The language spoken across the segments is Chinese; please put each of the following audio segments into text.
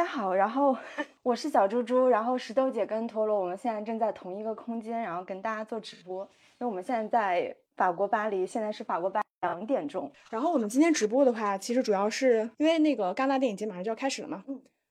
家好，然后我是小猪猪，然后石头姐跟陀螺我们现在正在同一个空间，然后跟大家做直播，因为我们现在在法国巴黎，现在是法国巴黎2点钟。 然后我们今天直播的话，其实主要是因为那个戛纳电影节马上就要开始了嘛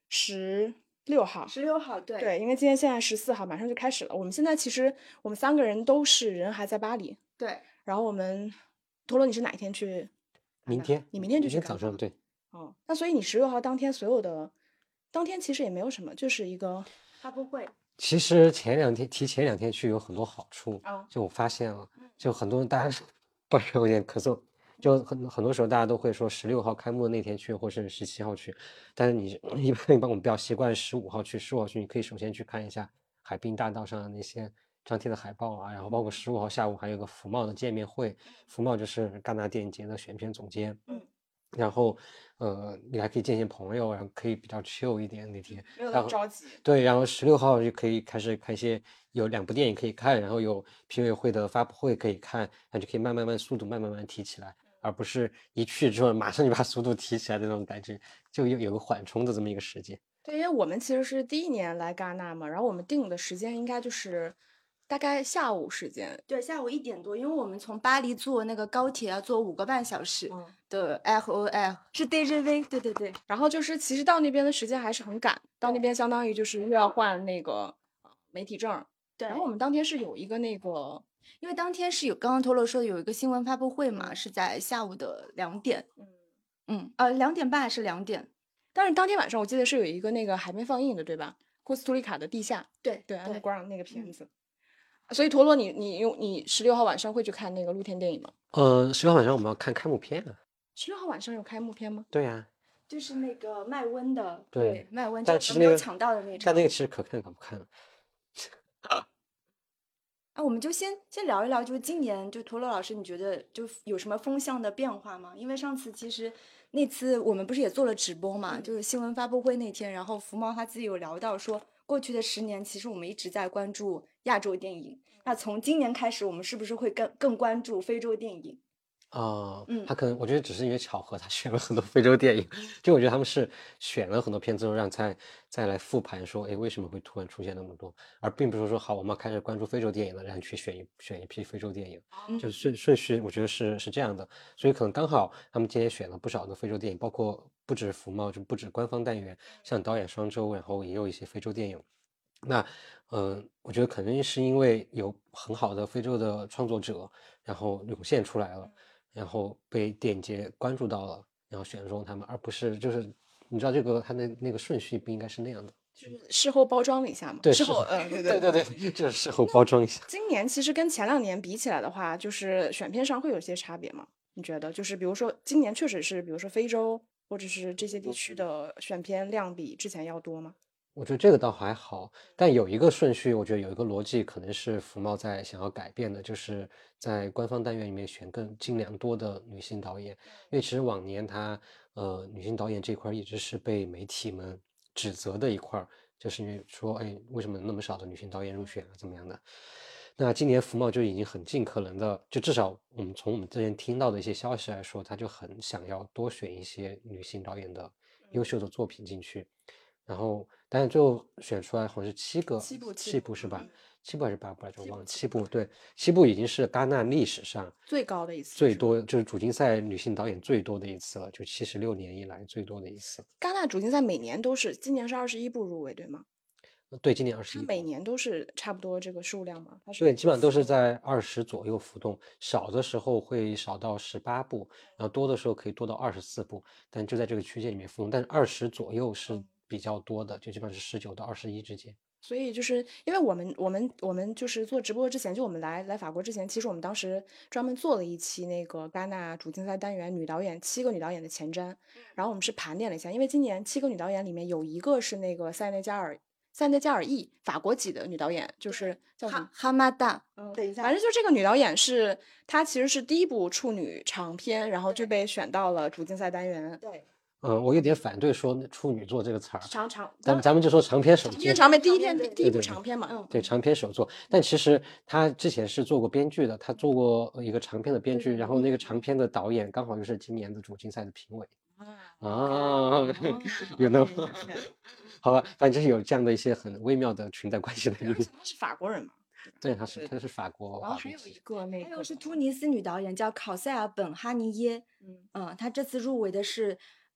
，16号 ，16号，对对，因为今天现在14号，马上就开始了。我们现在其实我们3个人都是人还在巴黎， 对。 然后我们陀螺，你是哪一天去？ 明天， 你明天就去明天早上，对。 哦，那所以你16号当天所有的，当天其实也没有什么，就是一个发布会。 其实提前2天去有很多好处， 哦就我发现了，就很多人大家不是有点咳嗽，就很多时候大家都会说16号开幕的那天去，或是17号去，但是你一般我们比较习惯15号去，15号去你可以首先去看一下海滨大道上的那些张贴的海报啊，然后包括15号下午还有个福茂的见面会，福茂就是戛纳电影节的选片总监，然后你还可以见见朋友，然后可以比较 chill 一点那天， 没有那然后么着急。 对，然后16号就可以开始看一些有2部电影可以看，然后有评委会的发布会可以看，那就可以速度慢慢提起来，而不是一去之后马上就把速度提起来的那种感觉，就有个缓冲的这么一个时间。 对，因为我们其实是第1年来戛纳嘛，然后我们定的时间应该就是大概下午时间。 对，下午1点多，因为我们从巴黎坐那个高铁要坐5个半小时的 RER，是 DGV， 对对对。 然后就是其实到那边的时间还是很赶，到那边相当于就是又要换那个媒体证。 对。 然后我们当天是有一个那个， 因为当天是有刚刚陀螺说的有一个新闻发布会嘛，是在下午的2点。2点半还是2点？ 但是当天晚上我记得是有一个那个海边放映的，对吧？库斯图里卡的地下， 对 Underground 那个片子。所以陀螺，你16号晚上会去看那个露天电影吗 16号晚上我们要看开幕片啊。 16号晚上有开幕片吗？ 对呀， 就是那个麦温的， 对麦温， 但其实没有抢到的那场。 但那个其实可看可不看了。 我们就先聊一聊，就是今年就陀螺老师，你觉得就有什么风向的变化吗？因为上次其实那次我们不是也做了直播嘛，就是新闻发布会那天，然后福茂他自己有聊到说，过去的10年其实我们一直在关注亚洲电影，那从今年开始我们是不是会更关注非洲电影？ 他可能我觉得只是因为巧合，他选了很多非洲电影，就我觉得他们是选了很多片之后，让再来复盘说，哎，为什么会突然出现那么多，而并不是说好我们要开始关注非洲电影了，然后去选一批非洲电影，就是顺序我觉得是这样的，所以可能刚好他们今天选了不少的非洲电影，包括不止福茂，就不止官方单元，像导演双周，然后也有一些非洲电影。那我觉得可能是因为有很好的非洲的创作者，然后涌现出来了，然后被电影节关注到了，然后选中他们，而不是就是你知道这个他的那个顺序不应该是那样的， 就是事后包装了一下嘛。 对， 事后对，就是事后包装一下。 今年其实跟前2年比起来的话，就是选片上会有些差别吗？你觉得？就是比如说今年确实是，比如说非洲或者是这些地区的选片量比之前要多吗？ 我觉得这个倒还好，但有一个顺序，我觉得有一个逻辑，可能是福茂在想要改变的，就是在官方单元里面选尽量多的女性导演，因为其实往年女性导演这块一直是被媒体们指责的一块，就是因为说，哎，为什么那么少的女性导演入选啊，怎么样的？那今年福茂就已经很尽可能的，就至少从我们之前听到的一些消息来说，他就很想要多选一些女性导演的优秀的作品进去。然后，但是最后选出来好像是7部是吧？7部还是8部来着？我忘了。7部，对，7部已经是戛纳历史上最高的一次， 最多就是主竞赛女性导演最多的一次了，就76年以来最多的一次。 戛纳主竞赛每年都是，今年是21部入围，对吗？ 对，今年21部。 每年都是差不多这个数量吗？ 对，基本上都是在20左右浮动，少的时候会少到18部，然后多的时候可以多到24部，但就在这个区间里面浮动，但是20左右是比较多的，就基本上是19到21之间。 所以就是因为我们就是做直播之前，就我们来法国之前，其实我们当时专门做了一期那个戛纳主竞赛单元7个女导演的前瞻，然后我们是盘点了一下，因为今年7个女导演里面有一个是那个塞内加尔裔法国籍的女导演，就是叫什么哈马达。等一下， 反正就这个女导演是她其实是第1部处女长片，然后就被选到了主竞赛单元。 对。 我有点反对说处女座这个词儿， 咱们就说长篇首作。 第一部长篇嘛， 对，长篇首作。但其实他之前是做过编剧的，他做过一个长篇的编剧，然后那个长篇的导演刚好就是今年的主竞赛的评委。有那么好吧，反正有这样的一些很微妙的裙带关系的一个， 他是法国人嘛， 对，他是法国然后还有一华裔籍， 个那个， 还有是突尼斯女导演叫考塞尔本哈尼耶，她这次入围的是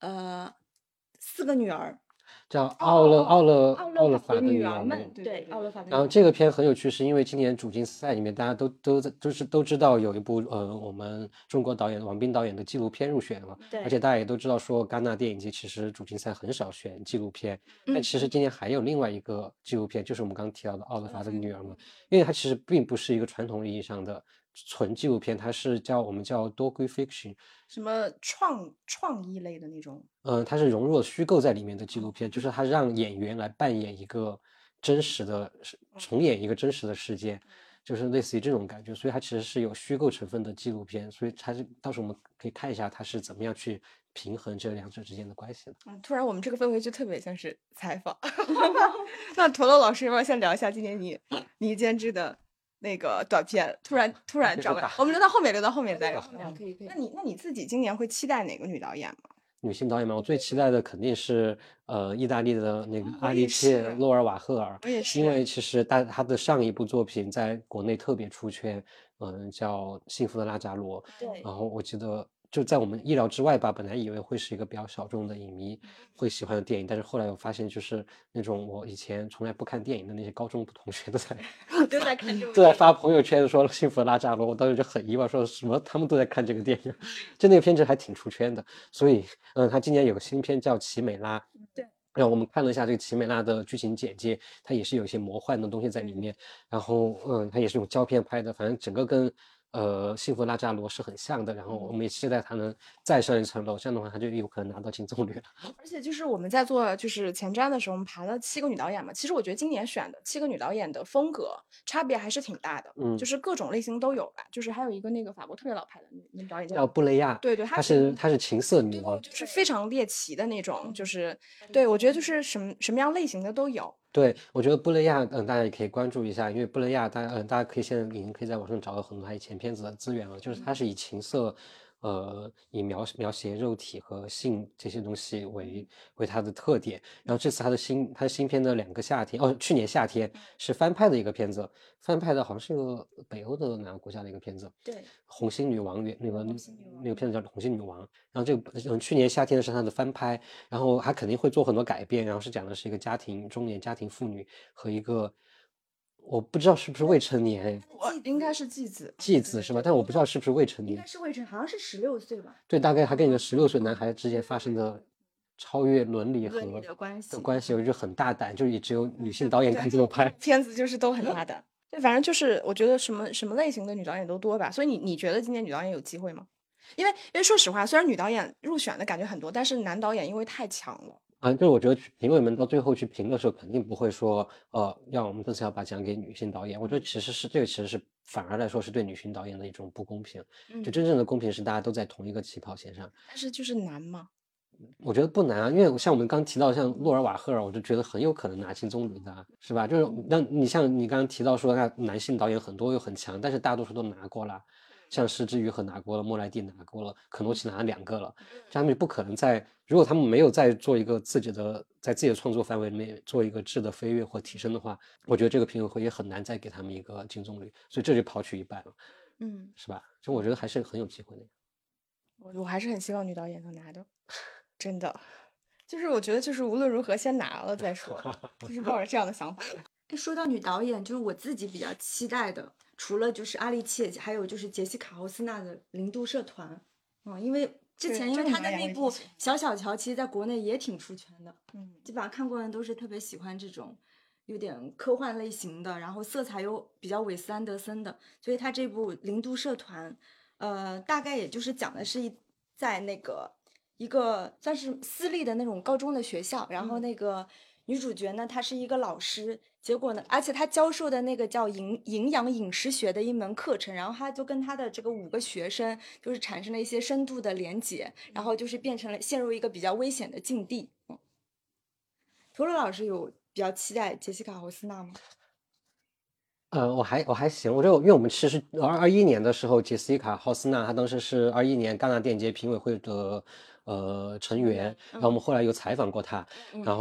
4个女儿， 叫奥奥勒法的法的女女儿们。 儿们，对，奥勒法的女然后儿。 这个片很有趣，是因为今年主竞赛里面，大家都知道有一部我们中国导演王斌导演的纪录片入选了， 对而且大家也都知道说戛纳电影节其实主竞赛很少选纪录片，但其实今年还有另外一个纪录片，就是我们刚刚提到的奥勒法的女儿们，因为它其实并不是一个传统意义上的纯纪录片，它是我们叫 docufiction， 什么创意类的那种， 它是融入了虚构在里面的纪录片，就是它让演员来扮演一个真实的，重演一个真实的事件，就是类似于这种感觉，所以它其实是有虚构成分的纪录片，所以到时候我们可以看一下它是怎么样去平衡这两者之间的关系的。 突然我们这个氛围就特别像是采访。那陀螺老师，要不要先聊一下今年你监制的那个短片？突然找过来，我们留到后面再聊。 可以。 那你自己今年会期待哪个女导演吗？ 女性导演嘛，我最期待的肯定是意大利的那个阿丽切·洛尔瓦赫尔， 我也是， 因为其实她的上一部作品在国内特别出圈，叫《幸福的拉扎罗》， 对， 然后我记得就在我们意料之外吧，本来以为会是一个比较小众的影迷会喜欢的电影，但是后来我发现就是那种我以前从来不看电影的那些高中同学都在看这部都在发朋友圈说《幸福的拉扎罗》，我当时就很意外，说什么他们都在看这个电影，就那个片子还挺出圈的，所以他今年有个新片叫《奇美拉》， 对。 然后我们看了一下这个奇美拉的剧情简介，它也是有一些魔幻的东西在里面，然后它也是用胶片拍的，反正整个跟幸福拉扎罗是很像的，然后我们也期待它能再上一层楼，这样的话它就有可能拿到金棕榈了。 而且就是我们在做就是前瞻的时候，我们盘了7个女导演嘛，其实我觉得今年选的7个女导演的风格差别还是挺大的，就是各种类型都有吧，就是还有一个那个法国特别老牌的女导演叫布雷亚， 对， 她是情色女王， 就是非常猎奇的那种，就是对我觉得就是什么样类型的都有。 对，我觉得布雷亚，大家也可以关注一下，因为布雷亚，大家可以现在已经可以在网上找到很多他以前片子的资源了，就是他是以情色，以描写肉体和性这些东西为他的特点。然后这次他的新片的2个夏天，去年夏天是翻拍的一个片子，翻拍的好像是个北欧的哪个国家的一个片子， 对， 红星女王那个片子叫《红星女王》，然后这个去年夏天是他的翻拍，然后他肯定会做很多改变，然后是讲的是一个中年家庭妇女和一个我不知道是不是未成年， 应该是继子是吧？但我不知道是不是未成年， 应该是未成，好像是16岁吧。 对，大概他跟一个16岁男孩之间发生的超越伦理的关系， 我觉得很大胆，就也只有女性导演敢这么拍。 片子就是都很大胆。对，反正就是我觉得什么类型的女导演都多吧，所以你觉得今年女导演有机会吗？因为说实话，虽然女导演入选的感觉很多，但是男导演因为太强了。 就是我觉得评委们到最后去评的时候，肯定不会说，我们这次要把奖给女性导演。我觉得其实是反而来说是对女性导演的一种不公平。就真正的公平是大家都在同一个起跑线上。 但是就是难吗？ 我觉得不难啊，因为像我们刚提到像洛尔瓦赫尔，我就觉得很有可能拿金棕榈的，是吧？就是你像你刚刚提到说，那男性导演很多又很强，但是大多数都拿过了。像石之予和拿过了，莫莱蒂拿过了，可诺奇拿了2个了，他们不可能如果他们没有在做一个在自己的创作范围里面做一个质的飞跃或提升的话，我觉得这个评委会也很难再给他们一个金棕榈，所以这就跑去一半了，是吧？就我觉得还是很有机会的。 我还是很希望女导演能拿的，真的，就是我觉得就是无论如何先拿了再说，就是抱着这样的想法。 说到女导演，就是我自己比较期待的，除了就是阿丽切，还有就是杰西卡·豪斯纳的《零度社团》。因为之前因为她的那部《小小乔》，其实在国内也挺出圈的，基本上看过的人都是特别喜欢这种有点科幻类型的，然后色彩又比较韦斯安德森的，所以她这部《零度社团》，大概也就是讲的是在那个一个算是私立的那种高中的学校，然后那个女主角呢，她是一个老师，结果呢，而且她教授的那个叫营养饮食学的一门课程，然后她就跟她的这个5个学生就是产生了一些深度的连结，然后就是陷入一个比较危险的境地。陀螺老师有比较期待杰西卡·豪斯纳吗？ 我还行，我觉得因为我们其实21年的时候，杰西卡·豪斯纳她当时是21年戛纳电影节评委会的成员，然后我们后来有采访过她，然后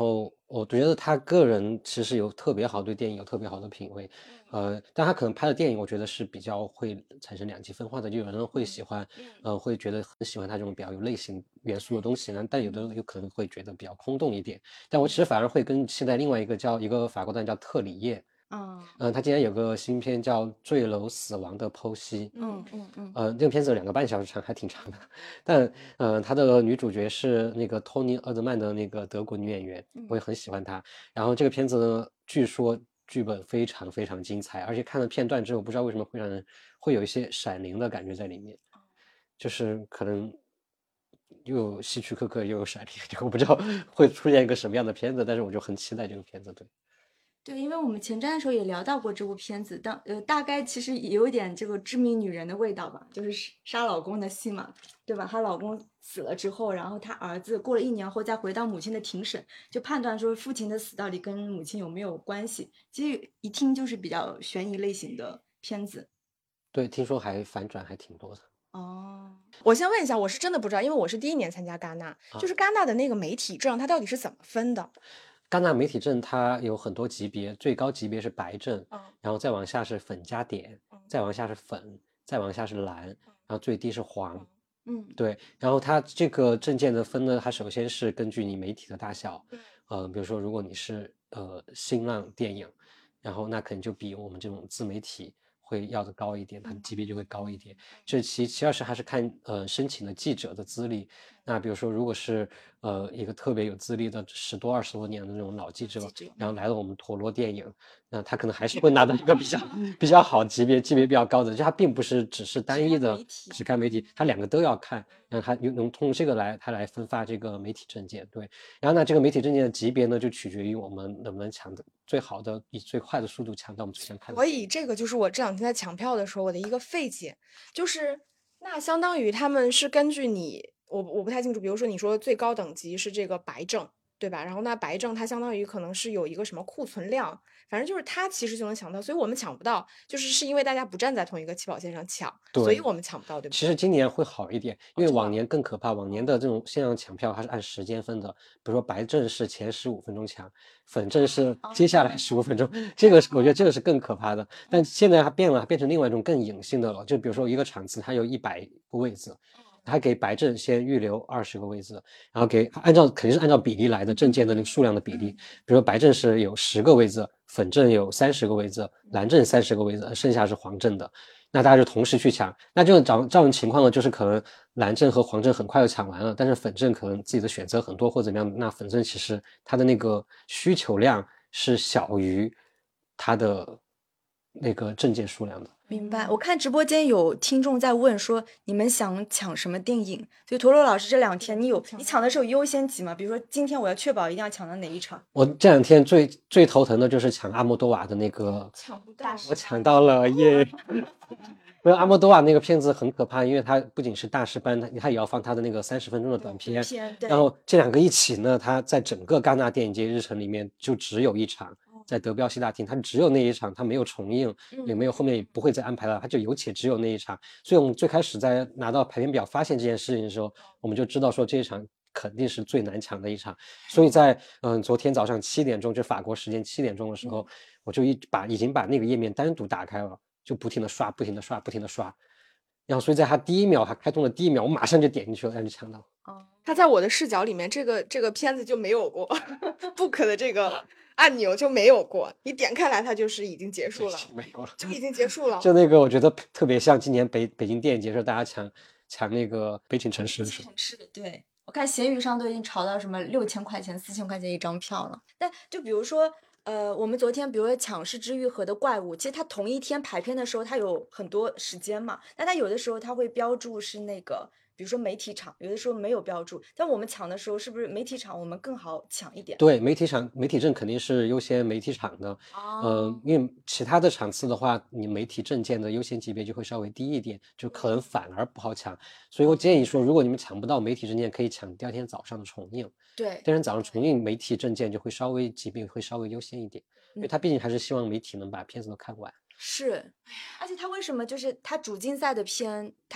我觉得他个人其实有特别好，对电影有特别好的品味，但他可能拍的电影，我觉得是比较会产生两极分化的，就有人会喜欢，会觉得很喜欢他这种比较有类型元素的东西呢，但有的人有可能会觉得比较空洞一点。但我其实反而会跟现在另外一个法国导演叫特里叶，他今年有个新片叫《坠楼死亡的剖析》，这个片子有2个半小时长，还挺长的。但他的女主角是那个托尼·厄德曼的那个德国女演员，我也很喜欢她。然后这个片子呢，据说剧本非常非常精彩，而且看了片段之后，不知道为什么会让人会有一些闪灵的感觉在里面，就是可能又有希区柯克又有闪灵，就我不知道会出现一个什么样的片子，但是我就很期待这个片子。对。 对，因为我们前瞻的时候也聊到过这部片子，大概其实也有一点这个致命女人的味道吧，就是杀老公的戏嘛，对吧？她老公死了之后，然后她儿子过了1年后再回到母亲的庭审，就判断说父亲的死到底跟母亲有没有关系。其实一听就是比较悬疑类型的片子。 对，听说还反转还挺多的。 哦， 我先问一下，我是真的不知道，因为我是第1年参加戛纳，就是戛纳的那个媒体证，它到底是怎么分的？ 戛纳媒体证它有很多级别，最高级别是白证，然后再往下是粉加碘，再往下是粉，再往下是蓝，然后最低是黄。对，然后它这个证件的分呢，它首先是根据你媒体的大小，比如说如果你是新浪电影，然后那可能就比我们这种自媒体会要的高一点，它的级别就会高一点。这其二是还是看申请的记者的资历。那比如说如果是一个特别有资历的10多20多年的那种老记者，然后来了我们陀螺电影，那他可能还是会拿到一个比较好级别比较高的，就他并不是只是单一的只看媒体，他2个都要看，然后他能通过这个来分发这个媒体证件。对，然后呢这个媒体证件的级别呢就取决于我们能不能抢的最好的以最快的速度抢到我们最想看的。 所以这个就是我这2天在抢票的时候我的一个费解，就是那相当于他们是根据你，我不太清楚，比如说你说最高等级是这个白证，对吧？然后那白证它相当于可能是有一个什么库存量，反正就是它其实就能抢到，所以我们抢不到，是因为大家不站在同一个起跑线上抢，所以我们抢不到，对不对？ 其实今年会好一点，因为往年更可怕，往年的这种线上抢票它是按时间分的，比如说白证是前15分钟抢，粉证是接下来15分钟，这个我觉得这个是更可怕的。但现在它变了，变成另外一种更隐性的了，就比如说一个场次它有100个位置，他给白证先预留20个位置，然后肯定是按照比例来的，证件的那个数量的比例。比如说白证是有10个位置，粉证有30个位置，蓝证30个位置，剩下是黄证的。那大家就同时去抢，那这种情况呢，就是可能蓝证和黄证很快就抢完了，但是粉证可能自己的选择很多或怎么样，那粉证其实它的那个需求量是小于它的那个证件数量的。 明白。我看直播间有听众在问说，你们想抢什么电影？所以陀螺老师这2天你抢的时候有优先级吗？比如说今天我要确保一定要抢到哪一场？ 我这2天最头疼的就是抢阿莫多瓦的那个， 抢不到， 我抢到了耶！因为阿莫多瓦那个片子很可怕，因为它不仅是大师班，他也要放他的那个30分钟的短片，然后这2个一起呢，他在整个戛纳电影节日程里面就只有1场，在德彪西大厅，它只有那1场，它没有重映，也没有后面也不会再安排了，它就有且只有那1场。所以我们最开始在拿到排片表发现这件事情的时候，我们就知道说这一场肯定是最难抢的1场。所以在昨天早上7点钟，就法国时间7点钟的时候，我就已经把那个页面单独打开了，就不停的刷，然后所以在他他开通的第一秒，我马上就点进去了，让你抢到。 他在我的视角里面，这个片子就没有过book 的这个按钮就没有过，你点开来它就是已经结束了， 没有了， 就已经结束了。 就那个我觉得特别像今年北京电影节时候大家抢那个悲情城市的时候。 对，我看闲鱼上都已经炒到什么6000块钱、4000块钱1张票了。但就比如说，我们昨天比如说抢是之愈合的怪物，其实它同一天排片的时候，它有很多时间嘛，但它有的时候它会标注是那个，比如说媒体场，有的时候没有标注。但我们抢的时候，是不是媒体场我们更好抢一点？ 对，媒体证肯定是优先媒体场的，因为其他的场次的话，你媒体证件的优先级别就会稍微低一点，就可能反而不好抢。所以我建议说，如果你们抢不到媒体证件，可以抢第2天早上的重映。 对， 第2天早上重映媒体证件就会级别会稍微优先一点，因为他毕竟还是希望媒体能把片子都看完。 是，而且他为什么就是他主竞赛的片，他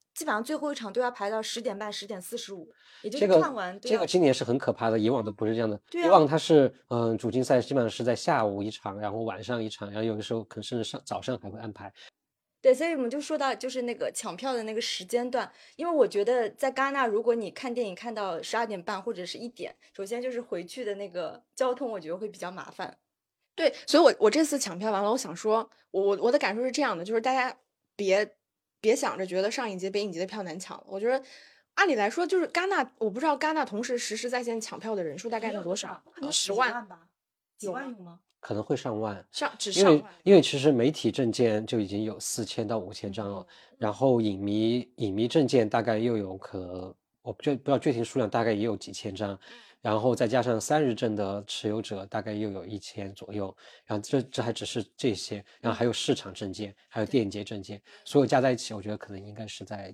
基本上最后一场都要排到10点半、10点45，也就是这个看完都要。 这个今年是很可怕的，以往都不是这样的。 对啊以往它是主竞赛基本上是在下午一场，然后晚上一场，然后有的时候可能甚至早上还会安排。 对，所以我们就说到就是那个抢票的那个时间段，因为我觉得在戛纳，如果你看电影看到12点半或者是1点，首先就是回去的那个交通，我觉得会比较麻烦。 对，所以我这次抢票完了，我想说，我的感受是这样的，就是大家别想着觉得上一节北影节的票难抢了，我觉得按理来说就是戛纳，我不知道戛纳同时实时在线抢票的人数大概有多少， 可能 10万吧？几万有吗？ 可能会上万， 只因为上万。 因为其实媒体证件就已经有4000到5000张了，然后影迷证件大概又有可能，我不知道具体数量，大概也有几千张，然后再加上3日证的持有者大概又有1000左右，然后这还只是这些，然后还有市场证件，还有电影节证件，所有加在一起，我觉得可能应该是在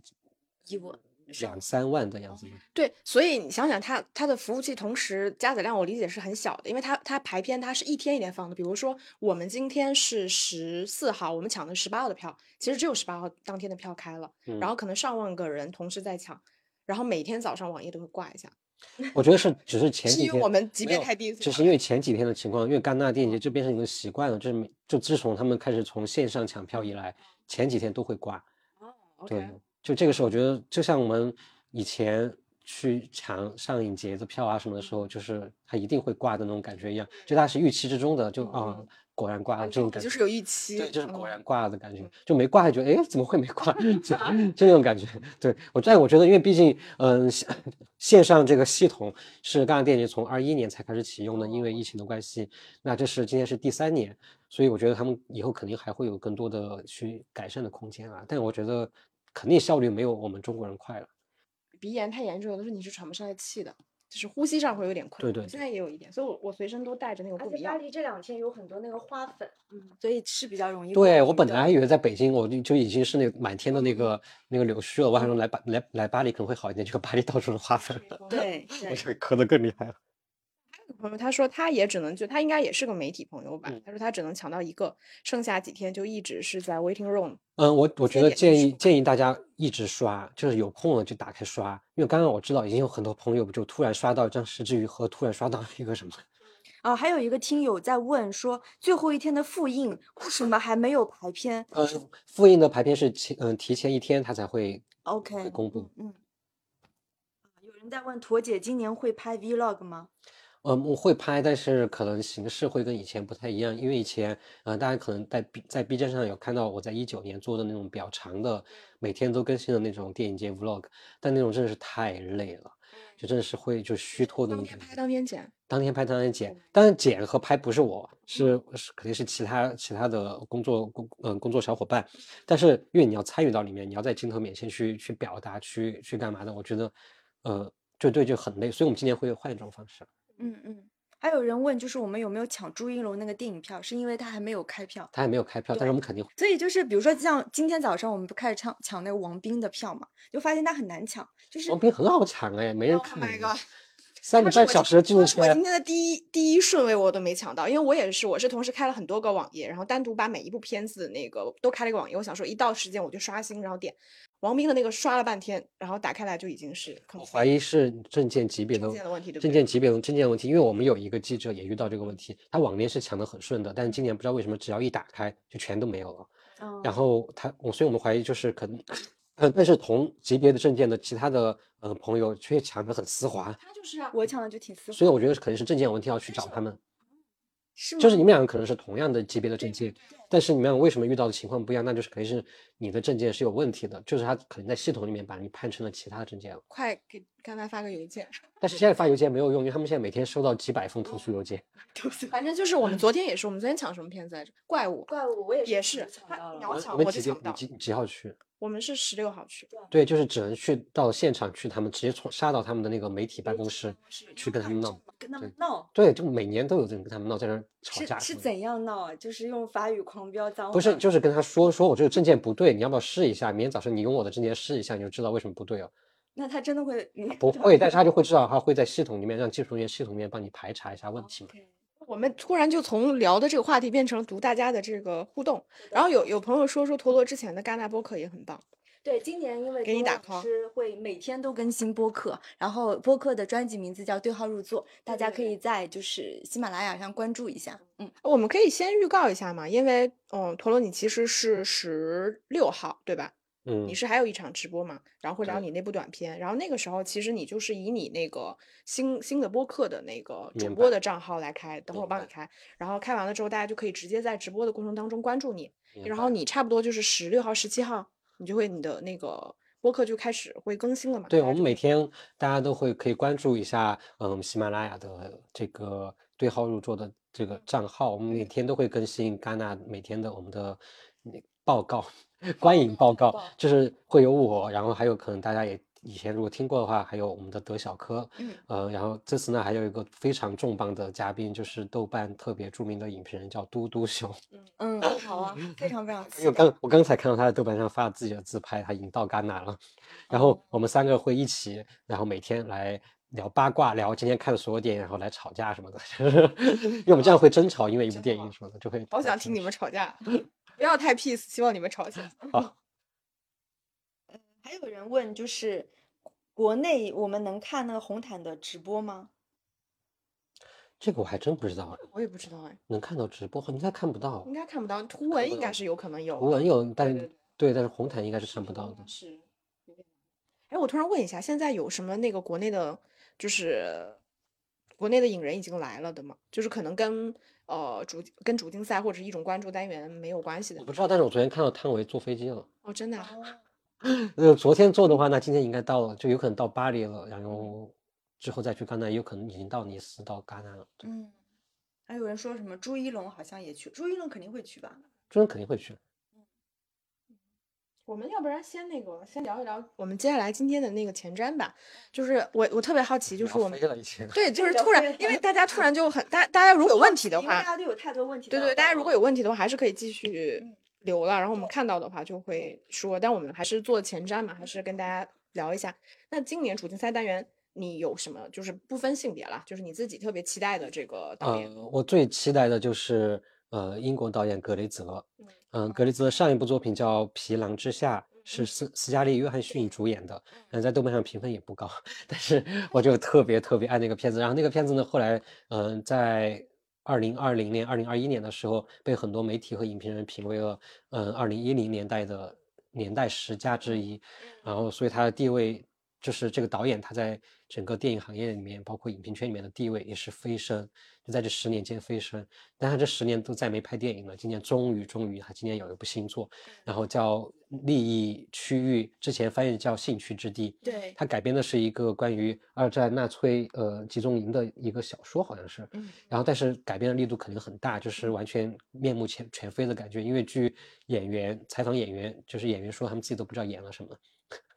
2-3万的样子吧。 对，所以你想想它的服务器同时加载量，我理解是很小的，因为它排片它是一天一天放的。比如说我们今天是14号，我们抢的18号的票，其实只有18号当天的票开了，然后可能上万个人同时在抢，然后每天早上网页都会挂一下。 我觉得只是前是因为几天我们级别没有太低， 只是因为前几天的情况，因为戛纳电影节就变成一个习惯了，就自从他们开始从线上抢票以来，前几天都会挂。对，就这个时候，我觉得就像我们以前去抢上影节的票啊什么的时候，就是它一定会挂的那种感觉一样，就它是预期之中的，就果然挂了这种感觉， 就是有预期， 对，就是果然挂了的感觉，就没挂就觉得哎怎么会没挂，就那种感觉。对但我觉得因为毕竟线上这个系统是戛纳电影节从21年才开始启用的，因为疫情的关系，那今年是第3年，所以我觉得他们以后肯定还会有更多的去改善的空间啊，但我觉得肯定效率没有我们中国人快了。 鼻炎太严重，有的时候你是喘不上来气的，就是呼吸上会有点困难。 对， 现在也有一点，所以我随身都带着那个过敏药。 巴黎这2天有很多那个花粉，所以是比较容易。 对，我本来还以为在北京我就已经是那满天的那个柳絮了，我还说来巴黎可能会好一点，结果巴黎到处是花粉， 对， 我这咳得更厉害了。 朋友他说他也只能他应该也是个媒体朋友吧，他说他只能抢到一个，剩下几天就一直是在 waiting room。 我觉得建议大家一直刷，就是有空了就打开刷，因为刚刚我知道已经有很多朋友就突然刷到一张石之予和突然刷到一个什么。 还有一个听友在问说，最后一天的复印为什么还没有排片？ 复印的排片是提前1天他才会 OK 公布。 有人在问驼姐今年会拍 Vlog 吗？ 我会拍，但是可能形式会跟以前不太一样，因为以前大家可能在 B 站上有看到我在19年做的那种比较长的，每天都更新的那种电影节 Vlog，但那种真的是太累了，就真的是会就虚脱的那种。 当天拍当天剪， 当天拍当天剪，当然剪和拍不是我，是肯定是其他的工作小伙伴，但是因为你要参与到里面，你要在镜头面前去表达去干嘛的，我觉得就很累，所以我们今年会换一种方式。 还有人问，就是我们有没有抢朱一龙那个电影票，是因为他还没有开票。 他还没有开票，但是我们肯定会。 所以就是比如说像今天早上我们不开始抢那个王斌的票嘛，就发现他很难抢，就是王斌很好抢哎，没人看。 Oh my god 3个半小时的进入我今天的第一顺位我都没抢到，因为我是同时开了很多个网页，然后单独把每一部片子那个都开了一个网页，我想说一到时间我就刷新，然后点王斌的那个刷了半天，然后打开来就已经是我怀疑是证件级别的问题， 证件级别的证件问题，因为我们有一个记者也遇到这个问题，他往年是抢得很顺的，但是今年不知道为什么只要一打开就全都没有了。然后所以我们怀疑就是可能但是同级别的证件的其他的朋友却抢得很丝滑。 他就是啊， 我抢的就挺丝滑， 所以我觉得肯定是证件问题，要去找他们。 是吗？ 就是你们两个可能是同样的级别的证件，但是你们两个为什么遇到的情况不一样？那就是肯定是你的证件是有问题的，就是他可能在系统里面把你判成了其他证件了。 快给刚才发个邮件。 但是现在发邮件没有用，因为他们现在每天收到几百封投诉邮件。 反正就是我们昨天也是，我们昨天抢什么片子来着？怪物我也是抢到了。 你要抢我们我就抢到。 几号去？ 我们是16号去。 对，就是只能去到现场去，他们直接杀到他们的那个媒体办公室去跟他们闹。 跟他们闹。 对，就每年都有人跟他们闹，在那儿吵架。 是怎样闹啊？就是用法语狂飙脏话？ 不是，就是跟他说我这个证件不对，你要不要试一下？明天早上你用我的证件试一下，你就知道为什么不对了。 那他真的会？ 不会，但是他就会知道，他会在系统里面让技术人员系统里面帮你排查一下问题嘛。 我们突然就从聊的这个话题变成了读大家的这个互动，然后有朋友说陀螺之前的戛纳播客也很棒。 对，今年因为给你打多老 call 师会每天都更新播客，然后播客的专辑名字叫对号入座，大家可以在就是喜马拉雅上关注一下。 我们可以先预告一下嘛，因为陀螺你其实是16号对吧？你是还有一场直播嘛，然后会聊对你那部短片，然后那个时候其实你就是以你那个新的播客的那个主明白播的账号来开，等会儿我明白帮你开，然后开完了之后，大家就可以直接在直播的过程当中关注你， 明然后白你差不多就是16号、17号，你的那个播客就开始会更新了嘛。 对，我们大家就可以每天大家都可以关注一下，喜马拉雅的这个对号入座的这个账号，我们每天都会更新戛纳每天的我们的报告，观影报告，就是会有我，然后还有可能大家也以前如果听过的话，还有我们的德小科，然后这次呢还有一个非常重磅的嘉宾，就是豆瓣特别著名的影评人叫嘟嘟熊， 好啊，非常非常期因为待。 我刚才看到他在豆瓣上发了自己的自拍，他已经到戛纳了。然后我们3个会一起，然后每天来聊八卦，聊今天看的所有电影，然后来吵架什么的。因为我们这样会争吵，因为一部电影什么的就会。 好想听你们吵架，不要太 peace，希望你们吵起来。 好， 还有人问，就是国内我们能看那个红毯的直播吗？ 这个我还真不知道哎， 我也不知道哎， 能看到直播，应该看不到应。该看不到，图文应该是有可能有， 图文有，但对对，但是红毯应该是看不到的。 是。哎，我突然问一下，现在有什么那个国内的，就是国内的影人已经来了的吗？就是可能跟主竞赛或者是一种关注单元没有关系的我不知道，但是我昨天看到汤唯坐飞机了。 哦，真的啊昨天坐的话，那今天应该到了，就有可能到巴黎了，然后之后再去戛纳，也有可能已经到尼斯到戛纳了。 还有人说什么朱一龙好像也去，朱一龙肯定会去吧？ 这人肯定会去。 我们要不然先聊一聊我们接下来今天的那个前瞻吧。就是我特别好奇，就是我们飞了已经。 对，就是聊突然飞了， 因为大家突然就很大家如果有问题的话因为大，家都有太多问题。 对，大家如果有问题的话，还是可以继续留了，然后我们看到的话就会说，但我们还是做前瞻嘛，还是跟大家聊一下。那今年主竞赛单元你有什么就是不分性别了，就是你自己特别期待的这个导演？ 我最期待的就是英国导演格雷泽。格雷泽上一部作品叫《皮囊之下》，是斯嘉丽·约翰逊主演的，在豆瓣上评分也不高，但是我就特别爱那个片子。然后那个片子呢，后来在2020年、2021年的时候，被很多媒体和影评人评为了2010年代的年代10佳之一。然后所以他的地位，就是这个导演他在整个电影行业里面，包括影评圈里面的地位也是飞升，就在这10年间飞升。但他这10年都再没拍电影了，今年终于他今年有一部新作，然后叫《利益区域》，之前翻译叫《兴趣之地》。 对， 它改编的是一个关于二战纳粹集中营的一个小说，好像是。然后但是改编的力度肯定很大，就是完全面目全非的感觉。因为据采访演员，就是演员说他们自己都不知道演了什么。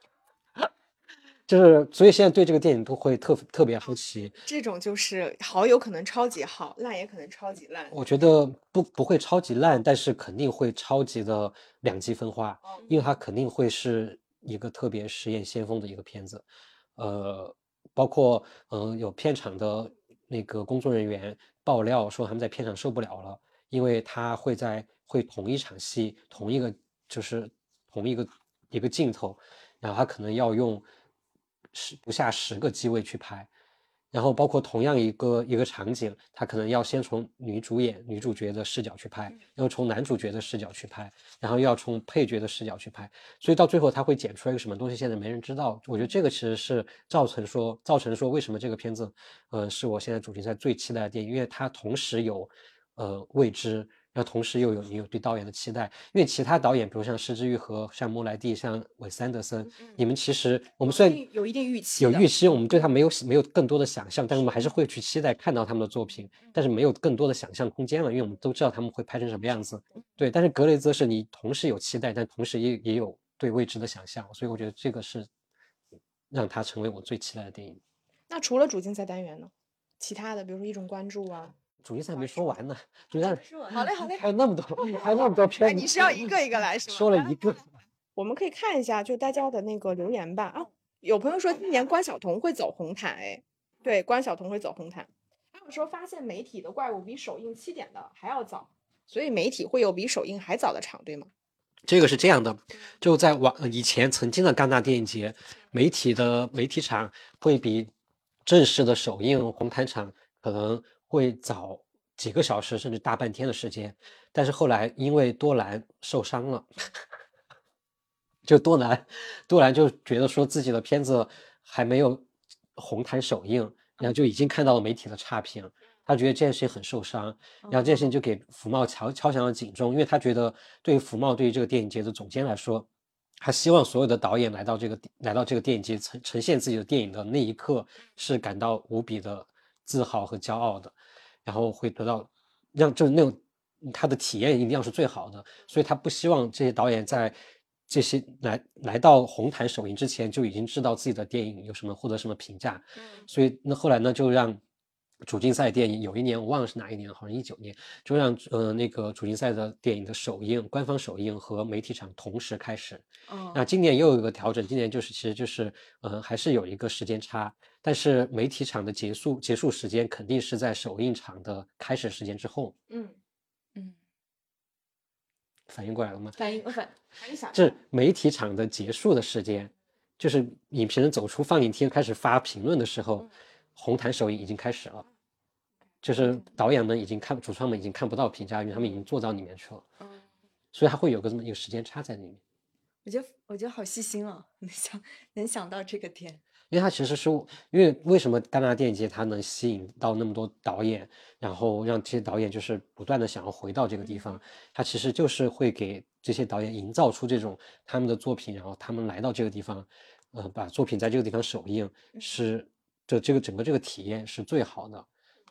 就是所以现在对这个电影都会特别好奇。 这种就是好有可能超级好，烂也可能超级烂。 我觉得不会超级烂，但是肯定会超级的两极分化，因为它肯定会是一个特别实验先锋的一个片子。包括有片场的那个工作人员爆料说他们在片场受不了了，因为他会同一场戏同一个镜头，然后他可能要用不下10个机位去拍。然后包括同样一个场景，他可能要先从女主角的视角去拍，又从男主角的视角去拍，然后又要从配角的视角去拍，所以到最后他会剪出来一个什么东西，现在没人知道。我觉得这个其实是造成说为什么这个片子，是我现在主竞赛最期待的电影，因为它同时有未知。然后同时你有对导演的期待，因为其他导演，比如像石之予和像莫莱蒂、像韦斯安德森，你们其实我们虽然有一定预期， 我们对他没有更多的想象，但是我们还是会去期待看到他们的作品，但是没有更多的想象空间了，因为我们都知道他们会拍成什么样子。对，但是格雷泽是你同时有期待，但同时也有对未知的想象，所以我觉得这个是让他成为我最期待的电影。 那除了主竞赛单元呢？其他的，比如说一种关注啊。 主竞赛没说完呢，主竞赛好嘞， 还有那么多，还有那么多片子。 你是要一个一个来是吗？ 说了一个。 我们可以看一下就大家的那个留言吧。啊，有朋友说今年关晓彤会走红毯，哎，对，关晓彤会走红毯。还有说发现媒体的怪物比首映7点的还要早，所以媒体会有比首映还早的场，对吗？ 这个是这样的，就在以前曾经的戛纳电影节，媒体场会比正式的首映红毯场可能会早几个小时甚至大半天的时间，但是后来因为多兰受伤了，就多兰就觉得说自己的片子还没有红毯首映，然后就已经看到了媒体的差评，他觉得这件事情很受伤，然后这件事情就给福茂敲响了警钟，因为他觉得对于福茂对于这个电影节的总监来说，他希望所有的导演来到这个电影节呈现自己的电影的那一刻是感到无比的自豪和骄傲的，然后会得到就是那种他的体验一定要是最好的，所以他不希望这些导演在这些来到红毯首映之前就已经知道自己的电影有什么获得什么评价，所以那后来呢就让主竞赛电影有一年我忘了是哪一年，好像19年，就让那个主竞赛的电影的官方首映和媒体场同时开始。那今年又有一个调整，今年其实就是还是有一个时间差，但是媒体场的结束时间肯定是在首映场的开始时间之后。反应过来了吗？ 反应想这媒体场的结束的时间，就是影评人走出放映厅开始发评论的时候，红毯首映已经开始了，就是导演们主创们已经看不到评价，因为他们已经坐到里面去了，所以他会有这么一个时间差在里面。 我觉得好细心啊，能想到这个点。 因为它其实是因为为什么戛纳电影节它能吸引到那么多导演，然后让这些导演就是不断的想要回到这个地方，它其实就是会给这些导演营造出这种他们的作品，然后他们来到这个地方，把作品在这个地方首映，这个整个这个体验是最好的。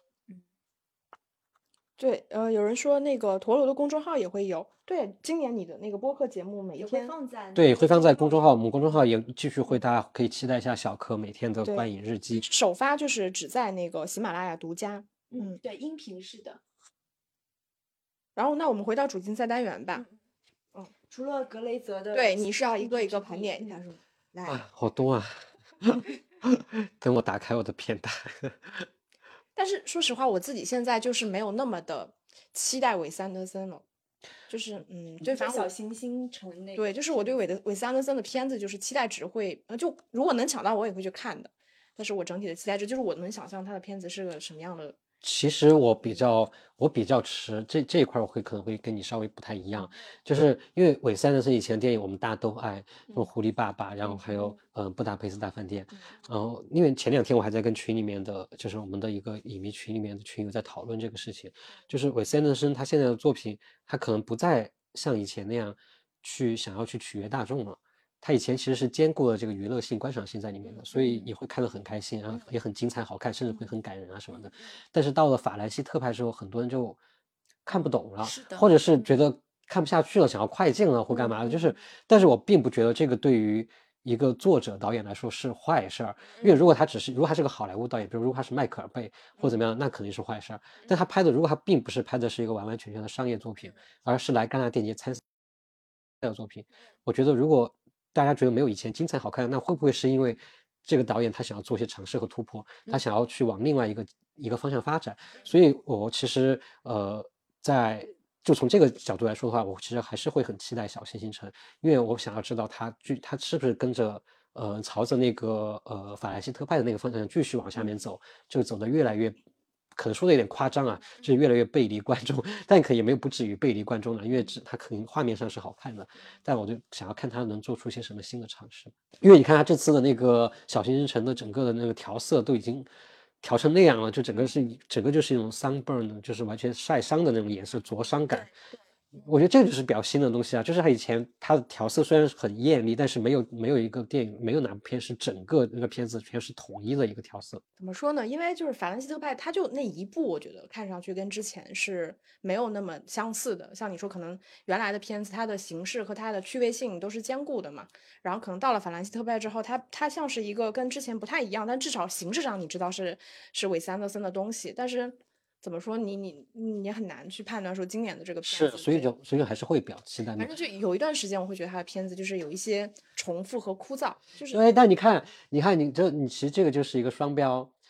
对，有人说那个陀螺的公众号也会有。对，今年你的那个播客节目每一天对，会放在公众号，我们公众号也继续会，大家可以期待一下小柯每天的观影日记。 首发就是只在那个喜马拉雅独家。 对，音频是的。 然后，那我们回到主竞赛单元吧。 除了格雷泽的， 对，你是要一个一个盘点一下，是吗？来， 好多啊！等我打开我的片单。 但是说实话，我自己现在就是没有那么的期待韦斯安德森了，就是对，反正小行星城那个， 对，就是我对韦斯安德森的片子就是期待值会，就如果能抢到我也会去看的，但是我整体的期待值就是我能想象他的片子是个什么样的。 其实我比较迟，这一块我可能会跟你稍微不太一样，就是因为韦斯安德森以前的电影我们大家都爱，说狐狸爸爸，然后还有布达佩斯大饭店，然后因为前2天我还在跟群里面的，就是我们的一个影迷群里面的群友在讨论这个事情，就是韦斯安德森他现在的作品，他可能不再像以前那样想要去取悦大众了。他以前其实是兼顾了这个娱乐性、观赏性在里面的，所以你会看得很开心啊，也很精彩、好看，甚至会很感人啊什么的。但是到了法兰西特派之后，很多人就看不懂了，或者是觉得看不下去了，想要快进了或干嘛的。就是，但是我并不觉得这个对于一个作者导演来说是坏事儿，因为如果他是个好莱坞导演，比如如果他是迈克尔贝或怎么样，那肯定是坏事儿。但他如果他并不是拍的是一个完完全全的商业作品，而是来戛纳电影节参赛的作品，我觉得如果大家觉得没有以前精彩好看，那会不会是因为这个导演他想要做一些尝试和突破，他想要去往另外一个方向发展？所以我其实就从这个角度来说的话，我其实还是会很期待小行星城，因为我想要知道他是不是跟着朝着那个法兰西特派的那个方向继续往下面走，就走得越来越。可能说的有点夸张啊，就是越来越背离观众，但可也没有不至于背离观众了，因为他可能画面上是好看的，但我就想要看他能做出些什么新的尝试。因为你看他这次的那个小行星城的整个的那个调色都已经调成那样了，就整个就是一种 sunburn， 就是完全晒伤的那种颜色，灼伤感。我觉得这就是比较新的东西啊，就是他以前他的调色虽然很艳丽，但是没有一个电影，没有哪部片是整个那个片子全是统一的一个调色。 怎么说呢？因为就是法兰西特派，它就那一部，我觉得看上去跟之前是没有那么相似的。像你说，可能原来的片子它的形式和它的趣味性都是兼顾的嘛，然后可能到了法兰西特派之后，它像是一个跟之前不太一样，但至少形式上你知道是韦斯安德森的东西，但是。怎么说你很难去判断说今年的这个片子是，所以还是会比较期待。 反正就有一段时间，我会觉得他的片子就是有一些重复和枯燥，就是对。但你看，你其实这个就是一个双标，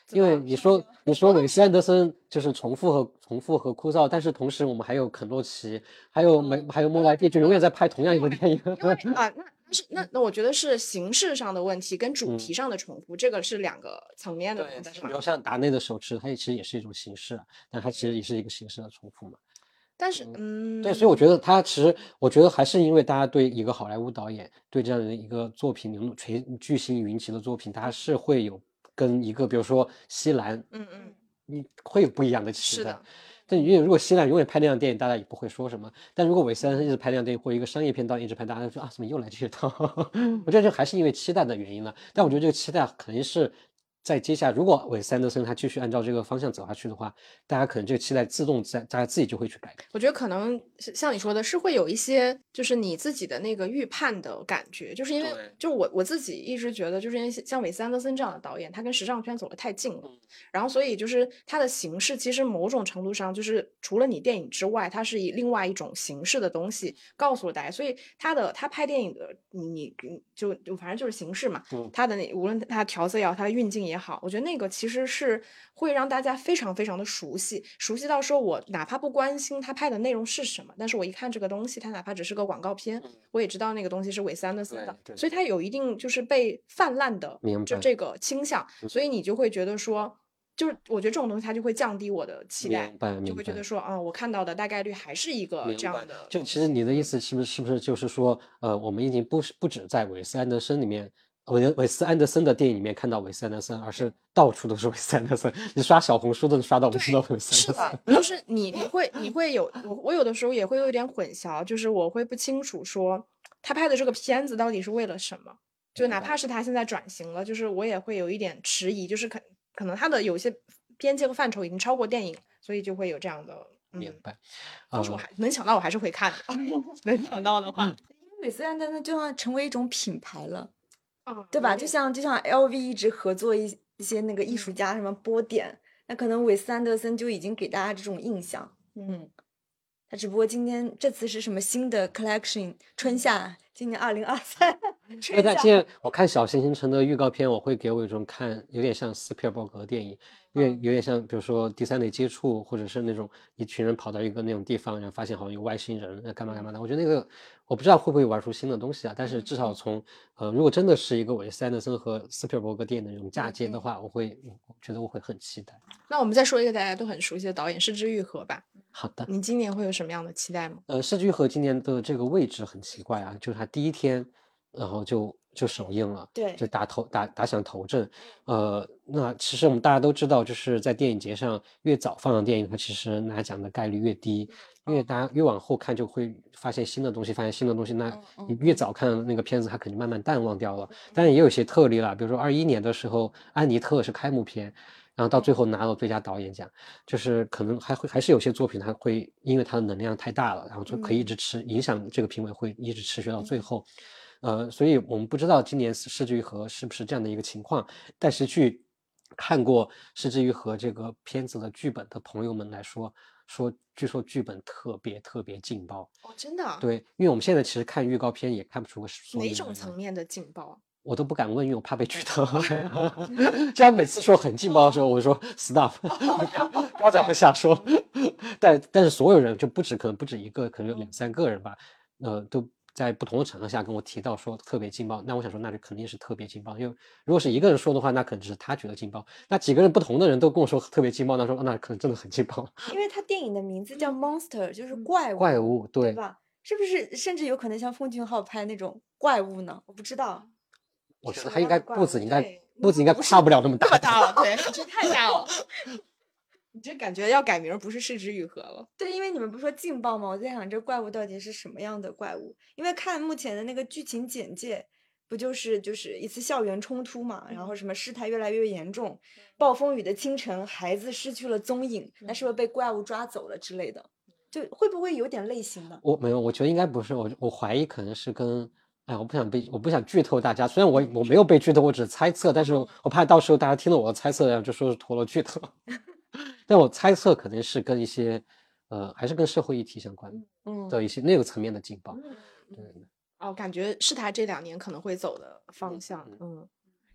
因为你说韦斯安德森就是重复和枯燥，但是同时我们还有肯洛奇，还有莫莱蒂，就永远在拍同样一部电影。 那我觉得是形式上的问题跟主题上的重复，这个是2个层面的东西嘛。 比如像达内的手持，它其实也是一种形式啊，但它其实也是一个形式的重复嘛。 但是对，所以我觉得他其实，我觉得还是因为大家对一个好莱坞导演，对这样的一个作品，那种巨星云集的作品，他是会有跟一个比如说西兰，你会有不一样的期待。但因为如果西兰永远拍那样的电影，大家也不会说什么。但如果韦斯安森一直拍那样的电影，或者一个商业片导演一直拍，大家就说啊，怎么又来这一套？我觉得这还是因为期待的原因了。但我觉得这个期待肯定是在接下来，如果韦斯安德森他继续按照这个方向走下去的话，大家可能这个期待自动大家自己就会去改变。 我觉得可能像你说的，是会有一些就是你自己的那个预判的感觉，就是因为就我自己一直觉得，就是因为像韦斯安德森这样的导演，他跟时尚圈走得太近了，然后所以就是他的形式其实某种程度上就是除了你电影之外，它是以另外一种形式的东西告诉了大家，所以他拍电影的你就反正就是形式嘛，他的无论他调色也好，他的运镜也好，我觉得那个其实是会让大家非常非常的熟悉到说我哪怕不关心他拍的内容是什么，但是我一看这个东西，它哪怕只是个广告片，我也知道那个东西是韦斯安德森的，所以它有一定就是被泛滥的就这个倾向，所以你就会觉得说，就是我觉得这种东西它就会降低我的期待，就会觉得说我看到的大概率还是一个这样的。 就其实你的意思是不是就是说，我们已经不止在韦斯安德森里面。韦斯安德森的电影里面看到韦斯安德森，而是到处都是韦斯安德森。你刷小红书都能刷到韦斯安德森。 是的，就是你会有我有的时候也会有点混淆，就是我会不清楚说他拍的这个片子到底是为了什么，就哪怕是他现在转型了，就是我也会有一点迟疑，就是可能他的有些边界和范畴已经超过电影，所以就会有这样的明白。 但是我还能想到，我还是会看的。能想到的话， 因为韦斯安德森就像成为一种品牌了。对吧？就像 LV 一直合作一些那个艺术家，什么波点，那可能韦斯安德森就已经给大家这种印象。他只不过这次是什么新的 collection 春夏，今年2023。 但今天我看小行星城的预告片，我会给我一种有点像斯皮尔伯格的电影，因为有点像比如说第三类接触，或者是那种一群人跑到一个那种地方，然后发现好像有外星人，干嘛干嘛的。我觉得那个我不知道会不会玩出新的东西啊，但是至少从如果真的是一个韦斯安德森和斯皮尔伯格电影的那种嫁接的话，我觉得我会很期待。 那我们再说一个大家都很熟悉的导演是枝裕和吧。 好的， 你今年会有什么样的期待吗？ 是枝裕和今年的这个位置很奇怪啊，就是他第一天，然后就首映了， 对， 就打响头阵。那其实我们大家都知道，就是在电影节上越早放的电影，它其实拿奖的概率越低，因为大家越往后看就会发现新的东西，那你越早看那个片子，它肯定慢慢淡忘掉了。但是也有一些特例啦，比如说21年的时候，安妮特是开幕片。然后到最后拿了最佳导演奖，就是可能还是有些作品它会因为它的能量太大了，然后就可以一直影响这个评委会一直持续到最后。所以我们不知道今年是枝裕和是不是这样的一个情况，但是去看过是枝裕和这个片子的剧本的朋友们来说，据说剧本特别特别劲爆。 真的？ 对，因为我们现在其实看预告片也看不出个哪种层面的劲爆？ 我都不敢问，因为我怕被剧透。这样每次说很劲爆的时候，我就说 stop， 不要再会瞎说。但是所有人可能不止一个，可能有2、3个人吧，都在不同的场合下跟我提到说特别劲爆。那我想说，那就肯定是特别劲爆。因为如果是一个人说的话，那可能只是他觉得劲爆。那几个人不同的人都跟我说特别劲爆，那可能真的很劲爆。 因为他电影的名字叫 Monster， 就是怪物， 对吧？是不是甚至有可能像奉俊昊拍那种怪物呢？我不知道。 我觉得他步子应该跨不了那么大。 大了，对，这太大了。你这感觉要改名不是枝裕和了。 对，因为你们不是说劲爆吗？我在想这怪物到底是什么样的怪物？因为看目前的那个剧情简介，不就是一次校园冲突嘛，然后什么事态越来越严重，暴风雨的清晨，孩子失去了踪影，那是不是被怪物抓走了之类的？就会不会有点类型的？ 我没有，我觉得应该不是，我怀疑可能是跟。我不想剧透大家，虽然我没有被剧透，我只是猜测，但是我怕到时候大家听了我的猜测，然后就说是脱了剧透。但我猜测可能是跟一些还是跟社会议题相关的一些那个层面的劲爆。对， 感觉是他这2年可能会走的方向。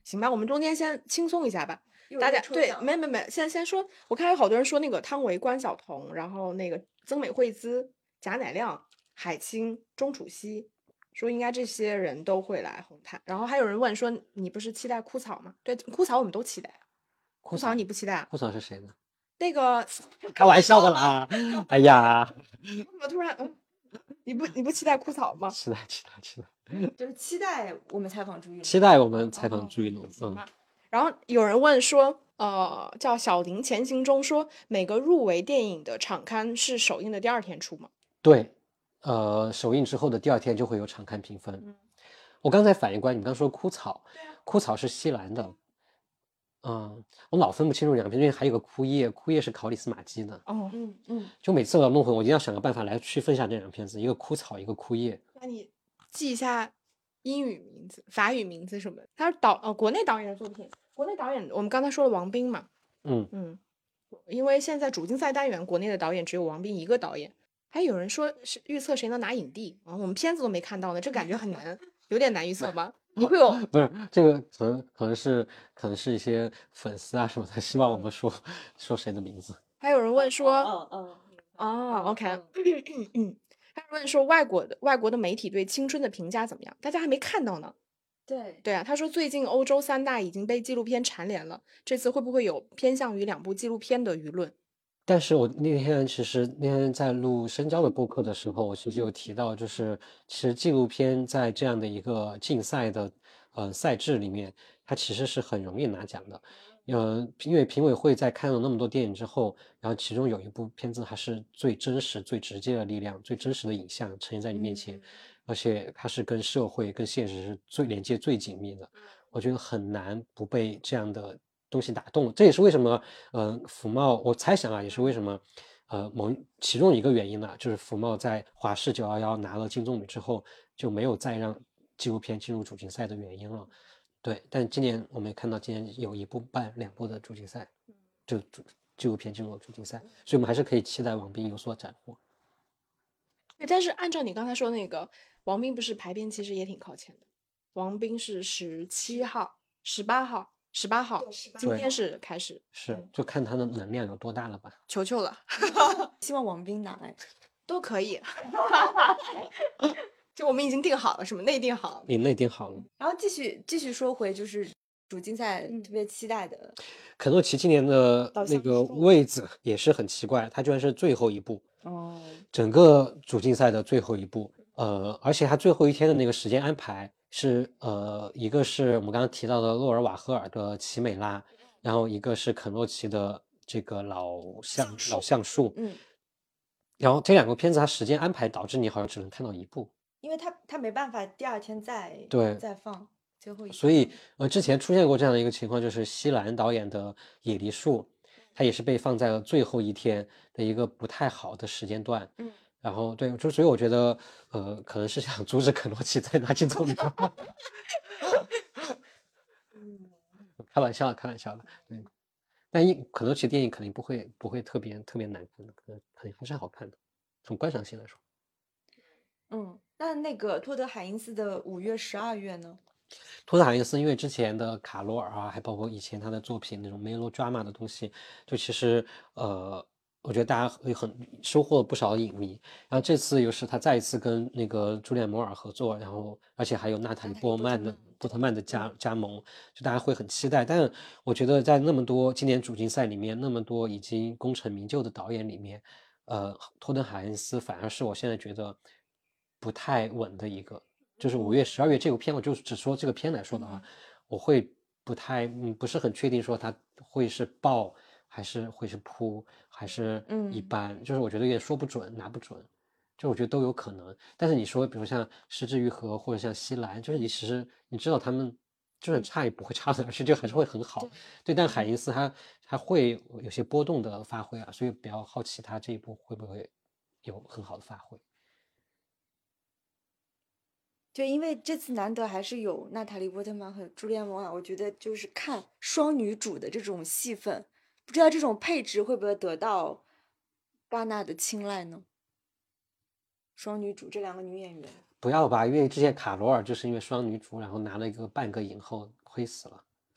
行吧，我们中间先轻松一下吧。 又大家对， 在抽奖没，先说，我看有好多人说那个汤唯、关晓彤，然后那个曾美惠孜、贾乃亮、海清、钟楚曦，说应该这些人都会来红毯。然后还有人问说，你不是期待枯草吗？对，枯草我们都期待。枯草你不期待啊？ 库草是谁呢？ 那个开玩笑的啦！哎呀， 怎么突然你不期待枯草吗？ 期待期待期待就是期待我们采访朱一龙。 期待我们采访朱一龙。 然后有人问说，叫小林前行中说，每个入围电影的场刊是首映的第2天出吗？ 对，首映之后的第2天就会有场刊评分。我刚才反应过来，你刚说枯草，枯草是西兰的。我老分不清楚两篇，因为还有个枯叶，枯叶是考里斯马基的。就每次我要弄混，我一定要想个办法来区分一下这两片子，一个枯草，一个枯叶。 那你记一下英语名字、法语名字什么的。他是国内导演的作品，国内导演我们刚才说了王斌嘛，因为现在主竞赛单元国内的导演只有王斌一个导演，还有人说是预测谁能拿影帝啊，我们片子都没看到呢，这感觉很难，有点难预测吗？不会有， 不是这个可能是一些粉丝啊什么的，希望我们说谁的名字。 还有人问说，OK，还有人问说外国的媒体对青春的评价怎么样？大家还没看到呢。对啊，他说最近欧洲3大已经被纪录片蝉联了，这次会不会有偏向于2部纪录片的舆论？ 但是我那天在录深交的播客的时候，我其实有提到，就是其实纪录片在这样的一个竞赛的赛制里面，它其实是很容易拿奖的。因为评委会在看了那么多电影之后，然后其中有一部片子它是最真实、最直接的力量、最真实的影像呈现在你面前，而且它是跟社会、跟现实是最连接最紧密的。我觉得很难不被这样的东西打动。这也是为什么，福茂，我猜想啊，也是为什么，其中一个原因呢，就是福茂在华视911拿了金棕榈之后，就没有再让纪录片进入主竞赛的原因了。对，但今年我们也看到，今年有1部半2部的主竞赛，就纪录片进入了主竞赛，所以我们还是可以期待王斌有所斩获。 对，但是按照你刚才说那个，王斌不是排片其实也挺靠前的，王斌是17号、18号、18号，今天是开始， 是，就看他的能量有多大了吧。 求求了， 希望王斌拿来都可以。就我们已经定好了，是吗？内定好了， 你内定好了。 然后继续说回就是主竞赛特别期待的， 肯诺奇今年的那个位置也是很奇怪，他居然是最后一部整个主竞赛的最后一部，而且他最后一天的那个时间安排是一个是我们刚刚提到的洛尔瓦赫尔的奇美拉，然后一个是肯诺奇的这个老橡树，然后这2个片子它时间安排导致你好像只能看到一部。 因为他没办法第2天再放最后一天， 所以之前出现过这样的一个情况，就是西兰导演的《野梨树》，它也是被放在了最后一天的一个不太好的时间段。然后对，所以我觉得可能是想阻止肯诺奇再拿金棕榈。开玩笑的，对。但肯诺奇电影肯定不会特别难看的，肯定还是好看的，从观赏性来说。 那个托德海因斯的5月、12月呢？ 托德海因斯因为之前的卡罗尔啊，还包括以前他的作品那种 melodrama 的东西，就其实我觉得大家会很收获了不少影迷。然后这次又是他再一次跟那个朱莉安·摩尔合作，然后而且还有娜塔莉·波特曼的加盟，就大家会很期待。但我觉得在那么多今年主竞赛里面，那么多已经功成名就的导演里面，托德海因斯反而是我现在觉得不太稳的一个。就是5月、12月这部片，我就只说这个片来说的话，我会不是很确定说它会是爆还是会是扑还是一般，就是我觉得也说不准，拿不准，就我觉得都有可能。但是你说，比如像失之愈合或者像西兰，就是你其实你知道他们就是差也不会差的，而且就还是会很好。对，但海因斯他会有些波动的发挥啊，所以比较好奇他这一部会不会有很好的发挥。 对，因为这次难得还是有娜塔莉·波特曼和朱莉安·摩尔，我觉得就是看双女主的这种戏份，不知道这种配置会不会得到戛纳的青睐呢？双女主这2个女演员， 不要吧，因为之前卡罗尔就是因为双女主，然后拿了一个半个影后，亏死了。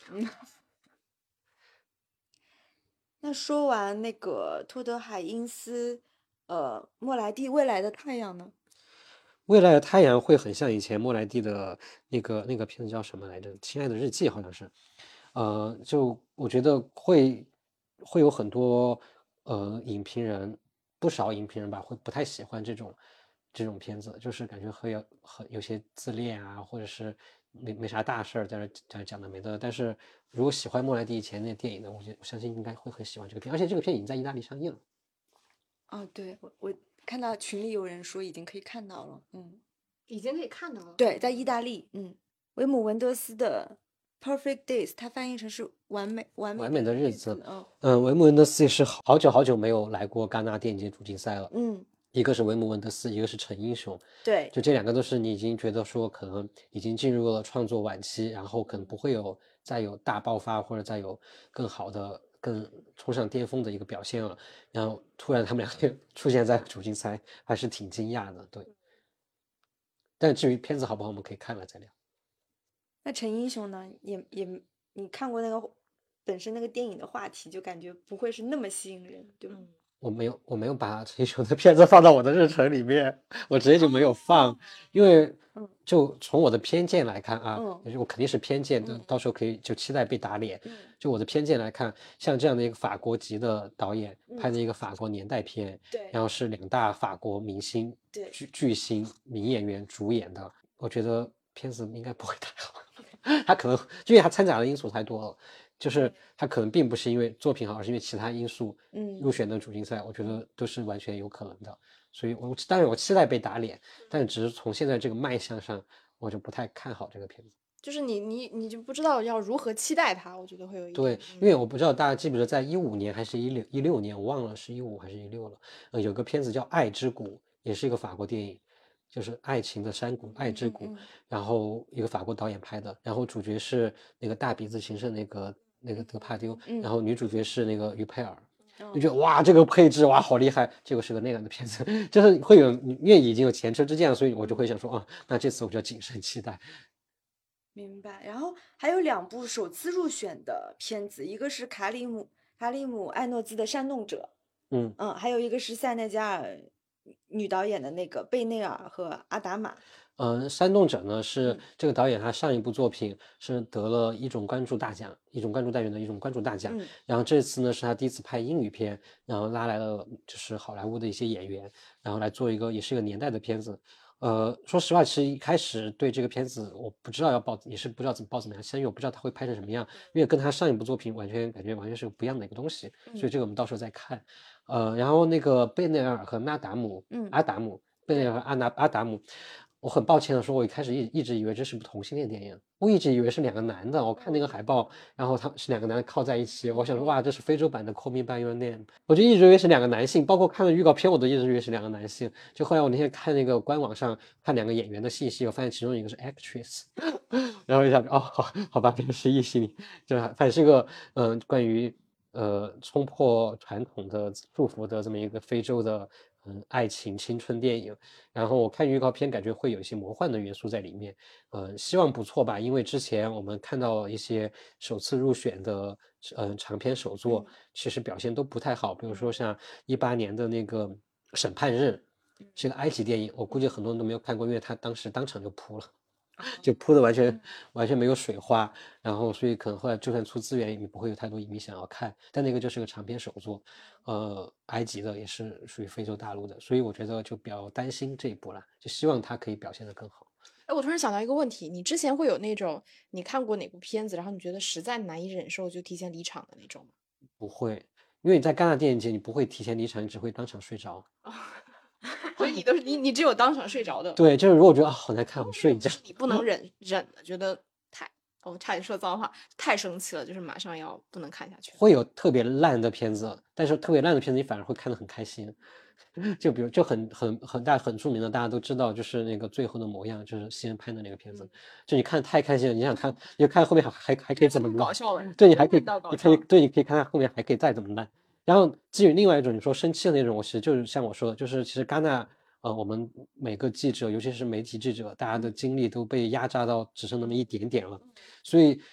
那说完那个托德海因斯，莫莱蒂未来的太阳呢？ 未来的太阳会很像以前莫莱蒂的那个片子叫什么来着？《亲爱的日记》好像是。就我觉得会有很多影评人，不少影评人吧，会不太喜欢这种片子，就是感觉有些自恋啊，或者是没啥大事儿在这讲的没的。但是如果喜欢莫莱蒂以前那电影的，我相信应该会很喜欢这个片，而且这个片已经在意大利上映了。 哦，对，我看到群里有人说已经可以看到了， 已经可以看到了。 对，在意大利，维姆文德斯的《Perfect Days》，它翻译成是完美的日子。 嗯， 维姆文德斯也是好久好久没有来过戛纳电影节主竞赛了。 嗯， 一个是维姆文德斯，一个是陈英雄。 对， 就这两个都是你已经觉得说可能已经进入了创作晚期，然后可能不会再有大爆发或者再有更好的更冲上巅峰的一个表现了。然后突然他们两个出现在主竞赛，还是挺惊讶的。对，但至于片子好不好，我们可以看了再聊。 那陈英雄呢？你看过那个本身那个电影的话题，就感觉不会是那么吸引人，对吗？ 我没有把陈英雄的片子放到我的日程里面，我直接就没有放，因为就从我的偏见来看啊，我肯定是偏见的，到时候可以就期待被打脸。就我的偏见来看，像这样的一个法国籍的导演拍的一个法国年代片， 对， 然后是两大法国明星巨星名演员主演的，我觉得片子应该不会太好。他可能因为他掺杂的因素太多了。就是他可能并不是因为作品好，而是因为其他因素入选的主竞赛，我觉得都是完全有可能的。所以当然我期待被打脸，但只是从现在这个卖相上，我就不太看好这个片子。 就是你就不知道要如何期待它，我觉得会有一点。 对，因为我不知道大家记不记得，在2015年还是16年，我忘了是15还是16了。有个片子叫《爱之谷》，也是一个法国电影，就是爱情的山谷，爱之谷。然后一个法国导演拍的，然后主角是那个大鼻子情圣那个德帕丢，然后女主角是那个于佩尔。就觉得哇，这个配置哇好厉害，结果是个那样的片子，就是会有，因为已经有前车之鉴了，所以我就会想说那这次我就要谨慎期待。 明白。然后还有2部首次入选的片子，一个是卡里姆艾诺兹的《煽动者》，还有一个是塞内加尔女导演的那个贝内尔和阿达玛。 煽动者呢是这个导演，他上一部作品是得了一种关注大奖，一种关注单元的一种关注大奖。然后这次呢是他第一次拍英语片，然后拉来了就是好莱坞的一些演员，然后来做一个也是一个年代的片子。说实话，其实一开始对这个片子我不知道也是不知道怎么样，因为我不知道他会拍成什么样，因为跟他上一部作品感觉完全是不一样的一个东西，所以这个我们到时候再看。然后那个贝内尔和阿达姆，贝内尔和阿达姆。我很抱歉的说，我一开始一直以为这是部同性恋电影，我一直以为是2个男的。我看那个海报，然后他是2个男的靠在一起，我想说哇，这是非洲版的 Call Me by Your Name， 我就一直以为是2个男性，包括看了预告片，我都一直以为是2个男性。就后来我那天看那个官网上看2个演员的信息，我发现其中一个是 actress， 然后一下就好吧，这是异性，就反正是个关于冲破传统的束缚的这么一个非洲的爱情青春电影。然后我看预告片感觉会有一些魔幻的元素在里面，希望不错吧，因为之前我们看到一些首次入选的长篇首作，其实表现都不太好，比如说像18年的那个审判日，是个埃及电影，我估计很多人都没有看过，因为他当时当场就扑了。就铺的完全没有水花，然后所以可能后来就算出资源，也不会有太多影迷想要看。但那个就是个长篇首作，埃及的也是属于非洲大陆的，所以我觉得就比较担心这一步啦，就希望他可以表现得更好。 哎，我突然想到一个问题，你之前会有那种你看过哪部片子，然后你觉得实在难以忍受，就提前离场的那种吗？ 不会，因为你在戛纳电影节，你不会提前离场，你只会当场睡着。 所以你只有当场睡着的。 对，就是如果觉得好难看，我睡一觉。 你不能忍的，觉得差点说脏话，太生气了，就是马上要不能看下去。 会有特别烂的片子，但是特别烂的片子你反而会看得很开心。就比如就很著名的，大家都知道，就是那个《最后的模样》，就是西恩拍的那个片子。就你看太开心了，你想看，你就看后面还可以怎么搞笑了。 对，你可以看看后面还可以再怎么烂。然后至于另外一种你说生气的那种，我其实就是像我说的，就是其实戛纳我们每个记者，尤其是媒体记者，大家的精力都被压榨到只剩那么一点点了。所以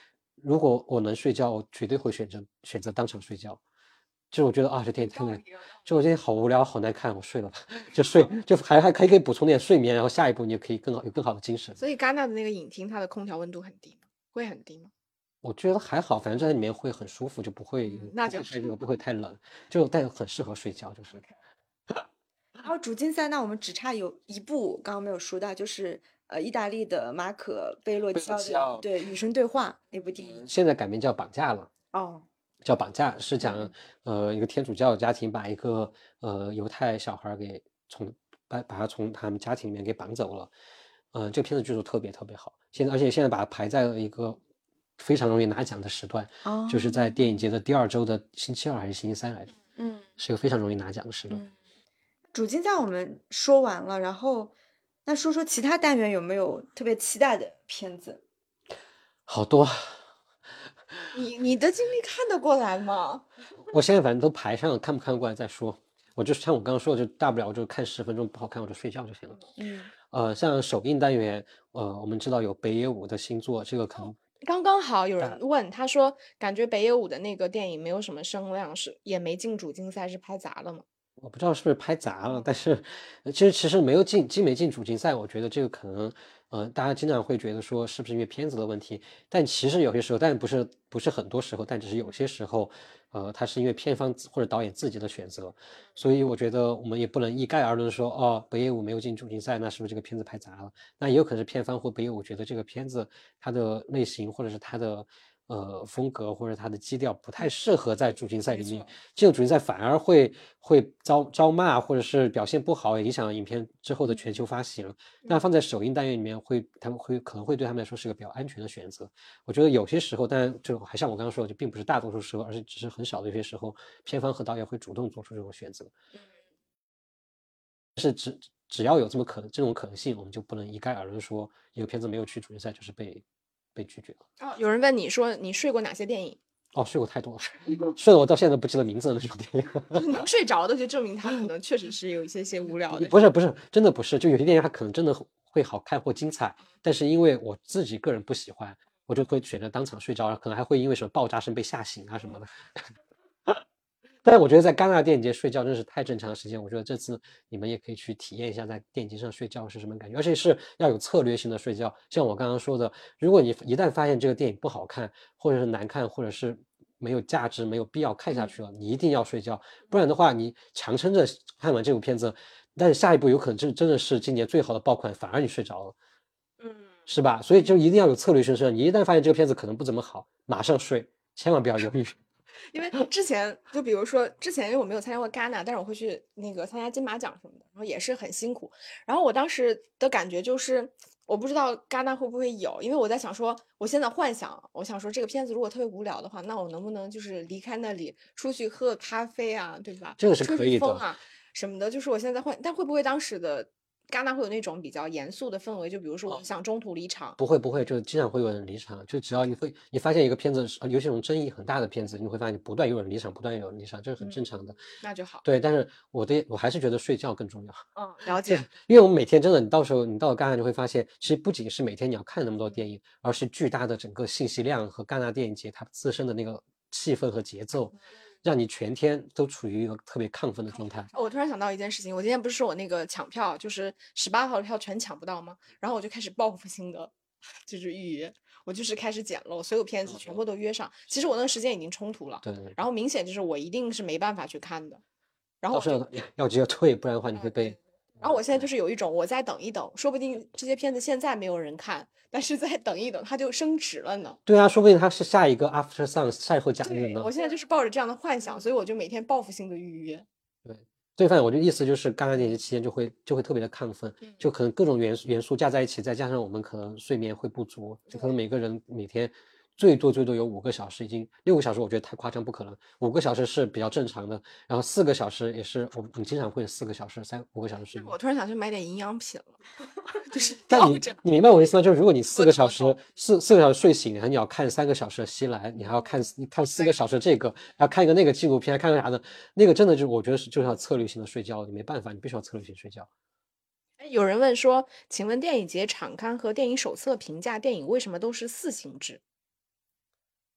如果我能睡觉，我绝对会选择当场睡觉。就我觉得啊，这电影太难，就我今天好无聊，好难看，我睡了吧，就睡，就还可以补充点睡眠，然后下一步你也可以有更好的精神。 所以戛纳的那个影厅，它的空调温度很低吗？会很低吗？ 我觉得还好，反正在里面会很舒服，就不会那就太热，不会太冷，但很适合睡觉，就是。 然后主竞赛，那我们只差有一部刚刚没有说到，就是意大利的马可·贝洛齐奥的对《与神对话》那部电影。 现在改名叫绑架了。 哦， 叫绑架，是讲一个天主教家庭把一个犹太小孩给把他从他们家庭里面给绑走了。这个片子剧组特别特别好，而且现在把它排在了一个非常容易拿奖的时段，就是在电影节的第2周的星期2还是星期3来着。是一个非常容易拿奖的时段。 主竞赛我们说完了，然后那说说其他单元有没有特别期待的片子？ 好多。 你的精力看得过来吗？ 我现在反正都排上了，看不看过来再说。我就像我刚刚说的，就大不了我就看10分钟，不好看我就睡觉就行了。像首映单元，我们知道有北野武的新作，这个可能刚刚好有人问，他说感觉北野武的那个电影没有什么声量，也没进主竞赛，是拍砸了吗？ 我不知道是不是拍砸了，但是其实没有没进主竞赛，我觉得这个可能大家经常会觉得说是不是因为片子的问题，但其实有些时候，但不是很多时候，但只是有些时候，它是因为片方或者导演自己的选择，所以我觉得我们也不能一概而论说哦，北野武没有进主竞赛，那是不是这个片子拍砸了？那也有可能是片方或北野武觉得这个片子它的类型或者是它的风格或者它的基调不太适合在主竞赛里面，这个主竞赛反而会招骂，或者是表现不好，也影响影片之后的全球发行。那放在首映单元里面他们可能会对他们来说是个比较安全的选择。我觉得有些时候，当然就还像我刚刚说的，就并不是大多数时候，而是只是很少的有些时候，片方和导演会主动做出这种选择。是只要有这种可能性，我们就不能一概而论说一个片子没有去主竞赛就是被拒绝了。 有人问你说你睡过哪些电影？ 睡过太多了，睡了我到现在都不记得名字的那种电影。 能睡着的就证明它可能确实是有一些无聊的。 不是，真的不是，就有些电影它可能真的会好看或精彩，但是因为我自己个人不喜欢，我就会选择当场睡着，可能还会因为什么爆炸声被吓醒啊什么的。但是我觉得在戛纳电影节睡觉真是太正常的事情，我觉得这次你们也可以去体验一下在电影节上睡觉是什么感觉，而且是要有策略性的睡觉。像我刚刚说的，如果你一旦发现这个电影不好看，或者是难看，或者是没有价值、没有必要看下去了，你一定要睡觉，不然的话，你强撑着看完这部片子，但是下一部有可能真的是今年最好的爆款，反而你睡着了，是吧？所以就一定要有策略性睡。你一旦发现这个片子可能不怎么好，马上睡，千万不要犹豫。 因为之前就比如说因为我没有参加过戛纳，但是我会去那个参加金马奖什么的，然后也是很辛苦。然后我当时的感觉就是，我不知道戛纳会不会有，因为我在想说，我现在幻想，我想说这个片子如果特别无聊的话，那我能不能就是离开那里出去喝个咖啡啊，对吧？ 这个是可以的， 吹吹风啊什么的。就是我现在但会不会当时的戛纳会有那种比较严肃的氛围？就比如说我想中途离场， 不会，就经常会有人离场。就只要你发现一个片子，尤其这种争议很大的片子，你会发现不断有人离场，这是很正常的。 那就好。 对，但是我还是觉得睡觉更重要。 了解。 因为我们每天真的，你到了戛纳就会发现，其实不仅是每天你要看那么多电影，而是巨大的整个信息量和戛纳电影节它自身的那个气氛和节奏。让你全天都处于一个特别亢奋的状态。 我突然想到一件事情，我今天不是说我那个抢票，就是18号的票全抢不到吗？然后我就开始报复性的，就是预约，我就是开始捡漏，所有片子全部都约上。其实我那个时间已经冲突了， 对。 然后明显就是我一定是没办法去看的，然后要直接退，不然的话你会被。 然后我现在就是有一种，我再等一等，说不定这些片子现在没有人看，但是再等一等，它就升值了呢。 对啊，说不定它是下一个 After Sun 赛后假日呢。 我现在就是抱着这样的幻想，所以我就每天报复性的预约。 对，反正我就意思就是，戛纳电影节期间就会特别的亢奋，就可能各种元素加在一起，再加上我们可能睡眠会不足，就可能每个人每天。最多有5个小时，已经6个小时，我觉得太夸张，不可能。5个小时是比较正常的，然后4个小时也是我们经常会4个小时、5个小时睡眠。 我突然想去买点营养品了，就是。 但你明白我的意思吗？就是如果你4个小时4个小时睡醒，然后你要看3个小时的西来，你还要看4个小时这个，要看一个那个纪录片，看个啥的，那个真的我觉得就是要策略性的睡觉，你没办法，你必须要策略性睡觉。 有人问说，请问电影节场刊和电影手册评价电影为什么都是4星制？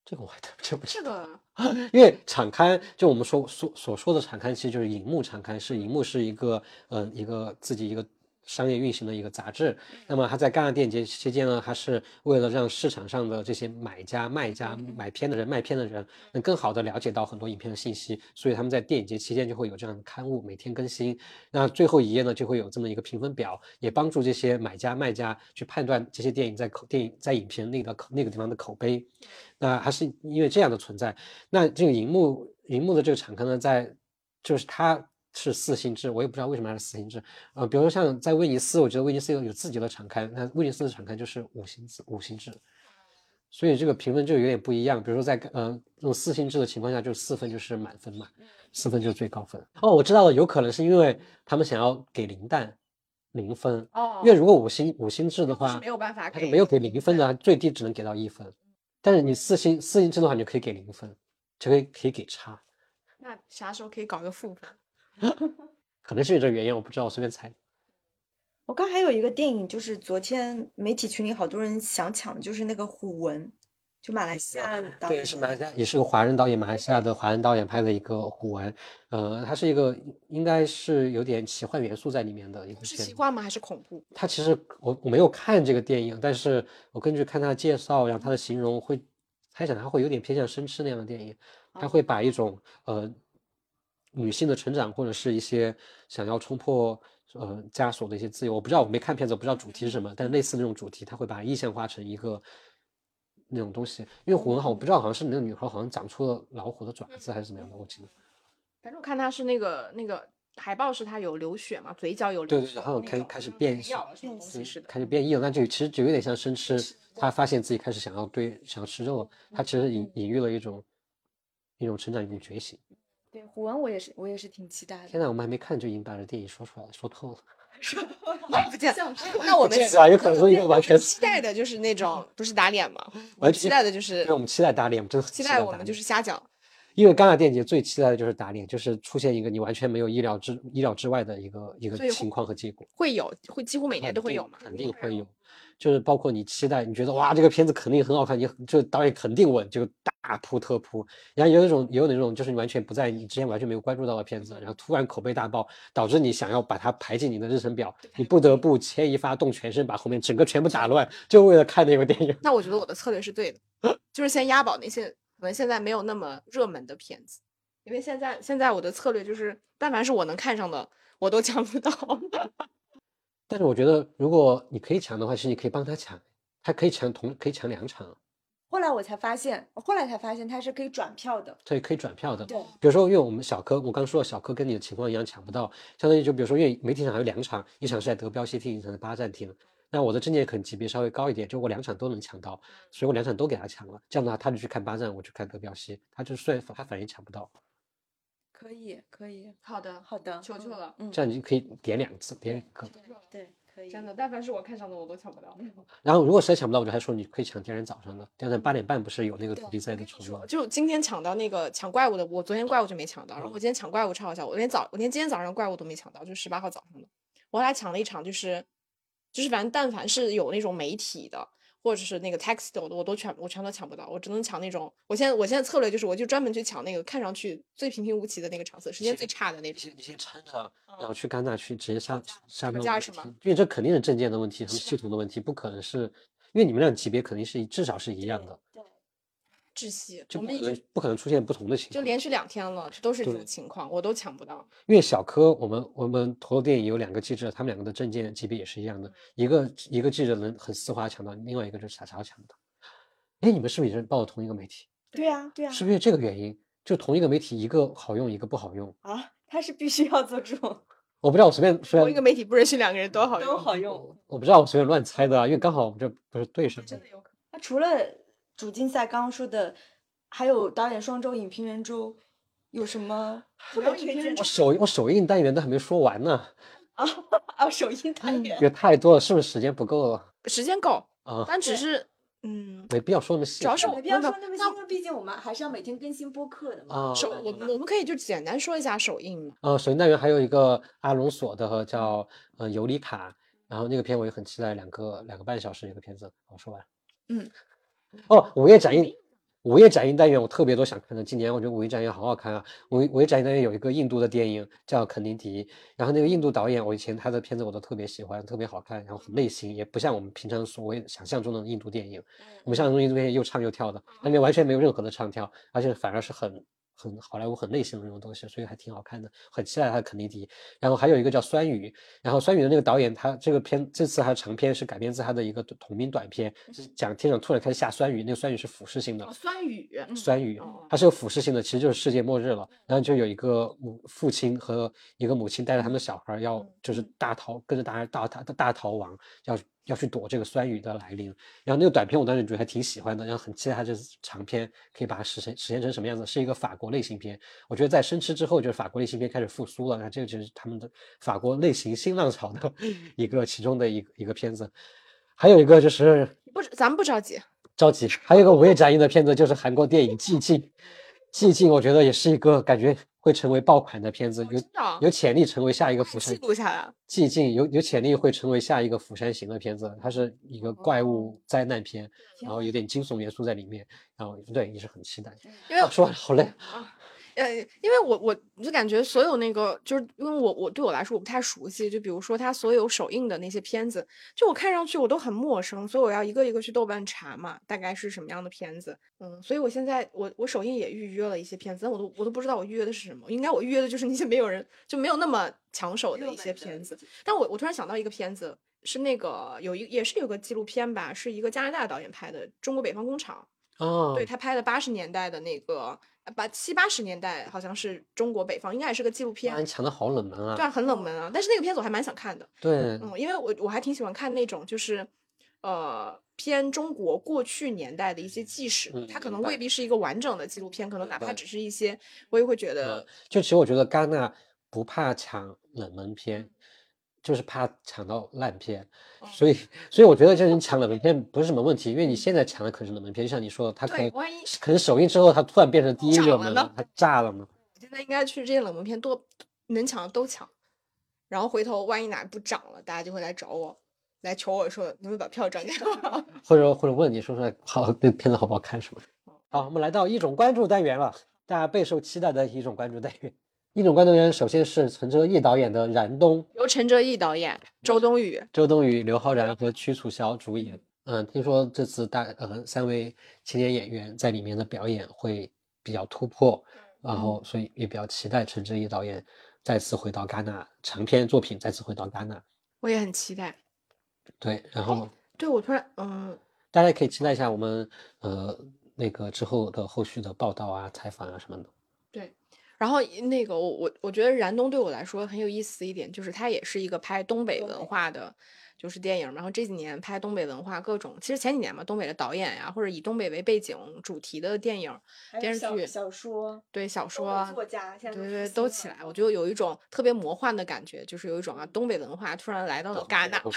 这个我还真不知这道。 个因为场刊，就我们所说的场刊，其实就是荧幕场刊，荧幕是一个自己一个商业运行的一个杂志。那么它在戛纳电影节期间呢，它是为了让市场上的这些买家、卖家、买片的人、卖片的人能更好的了解到很多影片的信息，所以他们在电影节期间就会有这样的刊物，每天更新。那最后一页呢，就会有这么一个评分表，也帮助这些买家、卖家去判断这些电影在影评那个地方的口碑。那还是因为这样的存在。那这个荧幕的这个场刊呢，就是它是4星制，我也不知道为什么它是4星制。比如说像在威尼斯，我觉得威尼斯有自己的场刊，那威尼斯的场刊就是5星制，所以这个评分就有点不一样。比如说在这种4星制的情况下，就4分就是满分嘛，4分就是最高分。哦，我知道了，有可能是因为他们想要给零蛋0分，因为如果五星制的话， 是没有办法它是没有给0分的，最低只能给到1分。但是你4星制的话，你就可以给0分，就可以给差。 那啥时候可以搞个负分？ 可能是有这个原因，我不知道，我随便猜。 我刚还有一个电影，就是昨天媒体群里好多人想抢的，就是那个虎纹，就马来西亚导对， 演。 是马来西亚，也是个华人导演，马来西亚的华人导演拍的一个虎纹。它是一个应该是有点奇幻元素在里面的一部片子。 是奇幻吗？还是恐怖？ 它其实我没有看这个电影，但是我根据看他的介绍，然后他的形容会猜想他会有点偏向生吃那样的电影。他会把一种女性的成长，或者是一些想要冲破枷锁的一些自由，我不知道，我没看片子，我不知道主题是什么，但类似那种主题，他会把它意象化成一个那种东西。因为虎纹我不知道，好像是那个女孩好像长出了老虎的爪子还是怎么样的，我记得。 反正我看他是那个海报是他有流血嘛，嘴角有流血， 对，好像开始变异，开始变异了，那就其实就有点像生吃。他发现自己开始想要吃肉了，他其实隐喻了一种成长，一种觉醒。 对，虎纹我也是挺期待的。 天哪，我们还没看就已经把这电影说出来了，说透了。 不见。那我们有可能说一个完全期待的就是那种不是打脸吗？ 完期待的就是对，我们期待打脸，我们真的期待我们就是瞎讲。 因为戛纳电影节最期待的就是打脸，就是出现一个你完全没有意料之外的一个情况和结果。 会几乎每年都会有嘛？ 肯定会有。就是包括你期待，你觉得哇这个片子肯定很好看，就导演肯定稳，就大扑特扑。然后也有那种就是你之前完全没有关注到的片子，然后突然口碑大爆，导致你想要把它排进你的日程表，你不得不牵一发动全身，把后面整个全部打乱，就为了看那个电影。 那我觉得我的策略是对的，就是先押宝那些可能现在没有那么热门的片子，因为现在我的策略就是，但凡是我能看上的，我都抢不到。 但是我觉得，如果你可以抢的话，其实你可以帮他抢，他可以抢2场。 后来才发现它是可以转票的。 对，可以转票的。 对， 比如说，因为我们小柯，我刚说了，小柯跟你的情况一样抢不到，相当于就比如说，因为媒体场还有2场，一场是在德标西厅，一场是巴站厅。那我的证件可能级别稍微高一点，就我2场都能抢到，所以我2场都给他抢了。这样的话，他就去看巴站，我去看德标西，他反正抢不到。 可以， 好的，求求了。 这样你可以点2次，点2个。 对，可以。 真的，但凡是我看上的，我都抢不到。 然后如果实在抢不到，我就还说你可以抢第2天早上的，第2天8点半不是有那个土地赛的重吗？ 就今天抢到那个抢怪物的，我昨天怪物就没抢到，然后我今天抢怪物超好笑，我连今天早上怪物都没抢到，就是18号早上的，我还抢了一场，就是反正但凡是有那种媒体的或者是那个 textile 的，我全都抢不到，我只能抢那种。我现在策略就是，我就专门去抢那个看上去最平平无奇的那个场次，时间最差的那种。 你先撑着，然后去戛纳去直接下到。因为这肯定是证件的问题，什么系统的问题，不可能是，因为你们俩级别肯定是至少是一样的。 对。 窒息， 就不可能出现不同的情况， 就连续2天了，都是这种情况，我都抢不到。 因为小柯，我们陀螺电影有2个记者，他们2个的证件级别也是一样的，一个记者能很丝滑抢到，另外一个就是傻傻抢不到。哎，你们是不是也是报的同一个媒体？ 对啊。 是不是这个原因？就同一个媒体，一个好用，一个不好用啊？他是必须要做这种？ 我不知道，我随便同一个媒体不允许2个人都好用。 我不知道，我随便乱猜的啊，因为刚好我们这不是对上。 真的有可能。那除了主竞赛刚刚说的。还有导演双周、影评人周，有什么特别推荐？ 我首映单元都还没说完呢。 首映单元也太多了，是不是时间不够了？ 时间够啊， 但只是没必要说那么细。 主要是没必要说那么细，因为毕竟我们还是要每天更新播客的嘛。 我们可以就简单说一下首映嘛。 首映单元还有一个阿隆索的和叫尤里卡，然后那个片我也很期待，2个半小时一个片子。我说完。 嗯。 午夜展映午夜展映单元我特别多想看的，今年我觉得午夜展映好好看啊。午夜展映单元有一个印度的电影叫肯尼迪，然后那个印度导演，我以前他的片子我都特别喜欢，特别好看，然后很类型，也不像我们平常所谓想象中的印度电影。我们想象中印度电影又唱又跳的，那边完全没有任何的唱跳，而且反而是很好莱坞很类型的那种东西，所以还挺好看的，很期待他的肯尼迪。然后还有一个叫酸雨，然后酸雨的那个导演，他这个片这次他的长片是改编自他的一个同名短片，是讲天上突然开始下酸雨，那个酸雨是腐蚀性的， 酸雨， 酸雨，它是有腐蚀性的，其实就是世界末日了。然后就有一个父亲和一个母亲带着他们的小孩要就是跟着大逃亡，要去躲这个酸雨的来临。然后那个短片我当时觉得还挺喜欢的，然后很期待它这次长片可以把它实现成什么样子，是一个法国类型片。我觉得在生吃之后，就是法国类型片开始复苏了，那这个就是他们的法国类型新浪潮的其中的一个片子。还有一个就是咱们不着急， 还有一个午夜展映的片子就是韩国电影《寂静》，寂静我觉得也是一个感觉会成为爆款的片子，有潜力成为下一个釜山。 记录下来。 寂静有潜力会成为下一个釜山行的片子，它是一个怪物灾难片，然后有点惊悚元素在里面，然后对也是很期待。 因为说完好累。 因为我就感觉所有那个，就是因为我对我来说我不太熟悉，就比如说他所有首映的那些片子，就我看上去我都很陌生，所以我要一个一个去豆瓣查嘛，大概是什么样的片子。所以我现在我首映也预约了一些片子，但我都不知道我预约的是什么，应该我预约的就是那些没有那么抢手的一些片子。但我突然想到一个片子，是那个也是有个纪录片吧，是一个加拿大导演拍的《中国北方工厂》。对，他拍的80年代的那个70、80年代好像是中国北方，应该也是个纪录片。 你抢的好冷门啊！ 对啊，很冷门啊。但是那个片子我还蛮想看的。 对， 因为我还挺喜欢看那种就是偏中国过去年代的一些纪实，它可能未必是一个完整的纪录片，可能哪怕只是一些，我也会觉得。 就其实我觉得戛纳不怕抢冷门片。就是怕抢到烂片，所以我觉得就是你抢冷门片不是什么问题，因为你现在抢的可是冷门片，就像你说的，它可能首映之后它突然变成第一热门了，它炸了嘛。 我现在应该去这些冷门片多能抢的都抢，然后回头万一哪不涨了，大家就会来找我，来求我说能不能把票涨价， 或者问你说好那片子好不好看什么。好，我们来到一种关注单元了，大家备受期待的一种关注单元。一种关注单元首先是陈哲艺导演的《燃冬》， 由陈哲艺导演、周冬雨、 刘昊然和屈楚萧主演。听说这次3位青年演员在里面的表演会比较突破，然后所以也比较期待陈哲艺导演再次回到戛纳，长篇作品再次回到戛纳。 我也很期待。 对，然后对我突然大家可以期待一下我们那个之后的后续的报道啊、采访啊什么的。 对。然后那个我觉得燃冬对我来说很有意思一点，就是它也是一个拍东北文化的，就是电影。然后这几年拍东北文化各种，其实前几年嘛，东北的导演呀，或者以东北为背景主题的电影、电视剧、 小说， 对小说、 作家， 对都起来，我就有一种特别魔幻的感觉，就是有一种东北文化突然来到了戛纳。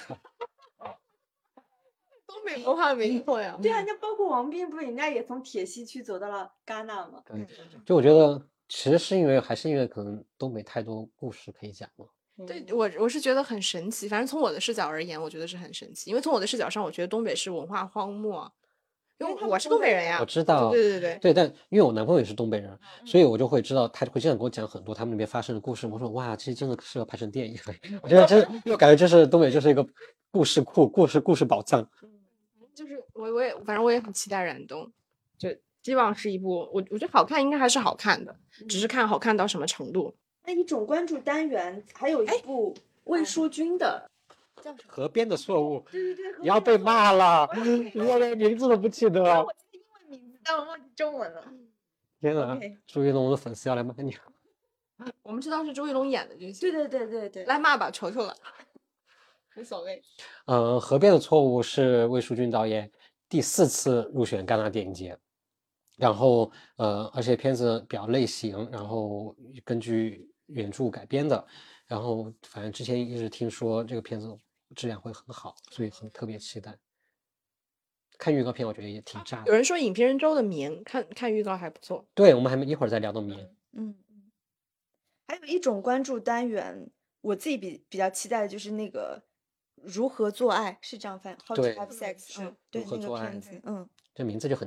东北文化没错呀。 对啊，那包括王斌，不是人家也从铁西区走到了戛纳吗？ 对，就我觉得其实还是因为可能东北太多故事可以讲了。 对，我是觉得很神奇，反正从我的视角而言，我觉得是很神奇。因为从我的视角上，我觉得东北是文化荒漠，因为我是东北人呀。 我知道，对，但因为我男朋友也是东北人，所以我就会知道，他会经常跟我讲很多他们那边发生的故事。我说哇，这真的适合拍成电影。我觉得我感觉就是东北就是一个故事库、故事宝藏。 就是反正我也很期待燃冬，就希望是一部我觉得好看，应该还是好看的，只是看好看到什么程度。 那一种关注单元还有一部魏淑君的叫河边的错误。 对， 你要被骂了，我连名字都不记得。 我记得英文名字，但我忘记中文了。 天哪，朱一龙的粉丝要来骂你。 我们知道是周玉龙演的就行。 对， 来骂吧，求求了。无所谓。 河边的错误是魏淑君导演第4次入选戛纳电影节，然后而且片子比较类型，然后根据原著改编的，然后反正之前一直听说这个片子质量会很好，所以特别期待。看预告片我觉得也挺炸的。 有人说影评人周的眠，看预告还不错。 对，我们还一会儿再聊到眠。 还有一种关注单元，我自己比较期待的就是那个如何做爱，是这样翻 ，How to have sex， 对， 那个片子， 这名字就很炸。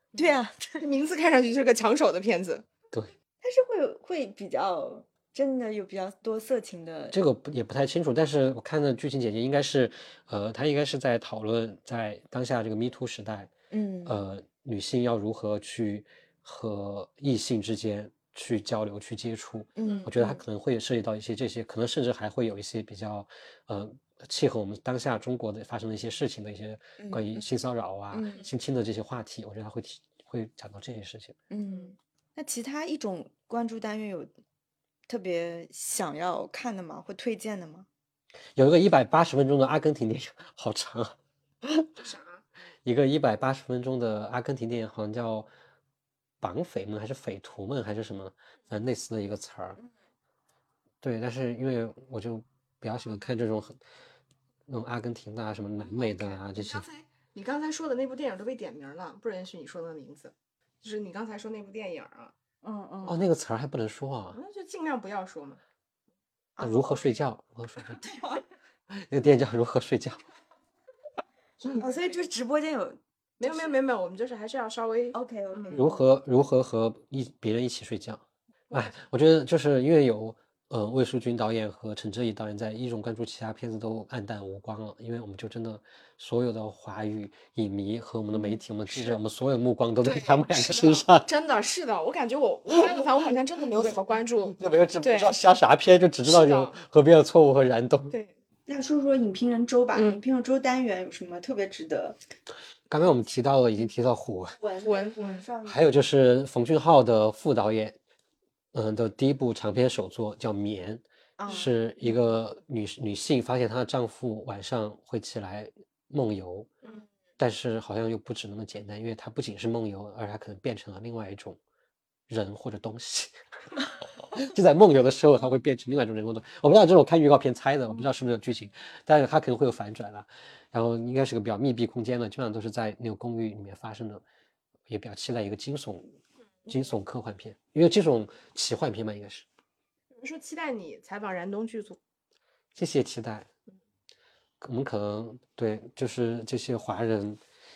对啊， 名字看上去就是个抢手的片子。 对， 但是会比较真的有比较多色情的。 这个也不太清楚，但是我看的剧情简介应该是，他应该是在讨论在当下这个 Me Too 时代，女性要如何去和异性之间去交流、去接触。我觉得它可能会涉及到一些这些，可能甚至还会有一些比较，契合我们当下中国的发生的一些事情的一些关于性骚扰啊、性侵的这些话题，我觉得他会讲到这些事情。 那其他一种关注单元有特别想要看的吗？会推荐的吗？ 有一个180分钟的阿根廷电影，好长啊！ 啥？ 一个180分钟的阿根廷电影，好像叫绑匪们还是匪徒们还是什么，类似的一个词儿。对，但是因为我就比较喜欢看这种那种阿根廷的啊、什么南美的啊这些。 你刚才说的那部电影都被点名了，不允许你说那个名字。就是你刚才说那部电影啊。 哦，那个词儿还不能说啊。 那就尽量不要说嘛。 如何睡觉？如何睡觉？那个电影叫《如何睡觉》。 所以就是直播间有。 没有，我们就是还是要稍微 OK。 如何和别人一起睡觉？哎，我觉得就是因为有魏书君导演和陈哲艺导演在，一种关注其他片子都黯淡无光了，因为我们就真的所有的华语影迷和我们的媒体、我们记者，我们所有的目光都在他们两个身上。 真的是的，我感觉我我好像真的没有怎么关注， 就没有不知道瞎啥片，就只知道有河边的错误和燃冬。 对， 那说说影评人周吧。影评人周单元有什么特别值得？ 刚刚我们提到了，已经提到虎文， 还有就是冯俊浩的副导演，的第一部长篇首作叫《棉》，是一个女性发现她的丈夫晚上会起来梦游，但是好像又不止那么简单，因为她不仅是梦游，而她可能变成了另外一种人或者东西。就在梦游的时候，她会变成另外一种人或者我不知道，这是我看预告片猜的，我不知道是不是有剧情，但是她可能会有反转啦。然后应该是个比较密闭空间的，基本上都是在那个公寓里面发生的，也比较期待一个惊悚科幻片，因为这种奇幻片嘛，应该是。 说期待你采访燃冬剧组。 谢谢期待。我们可能对，就是这些华人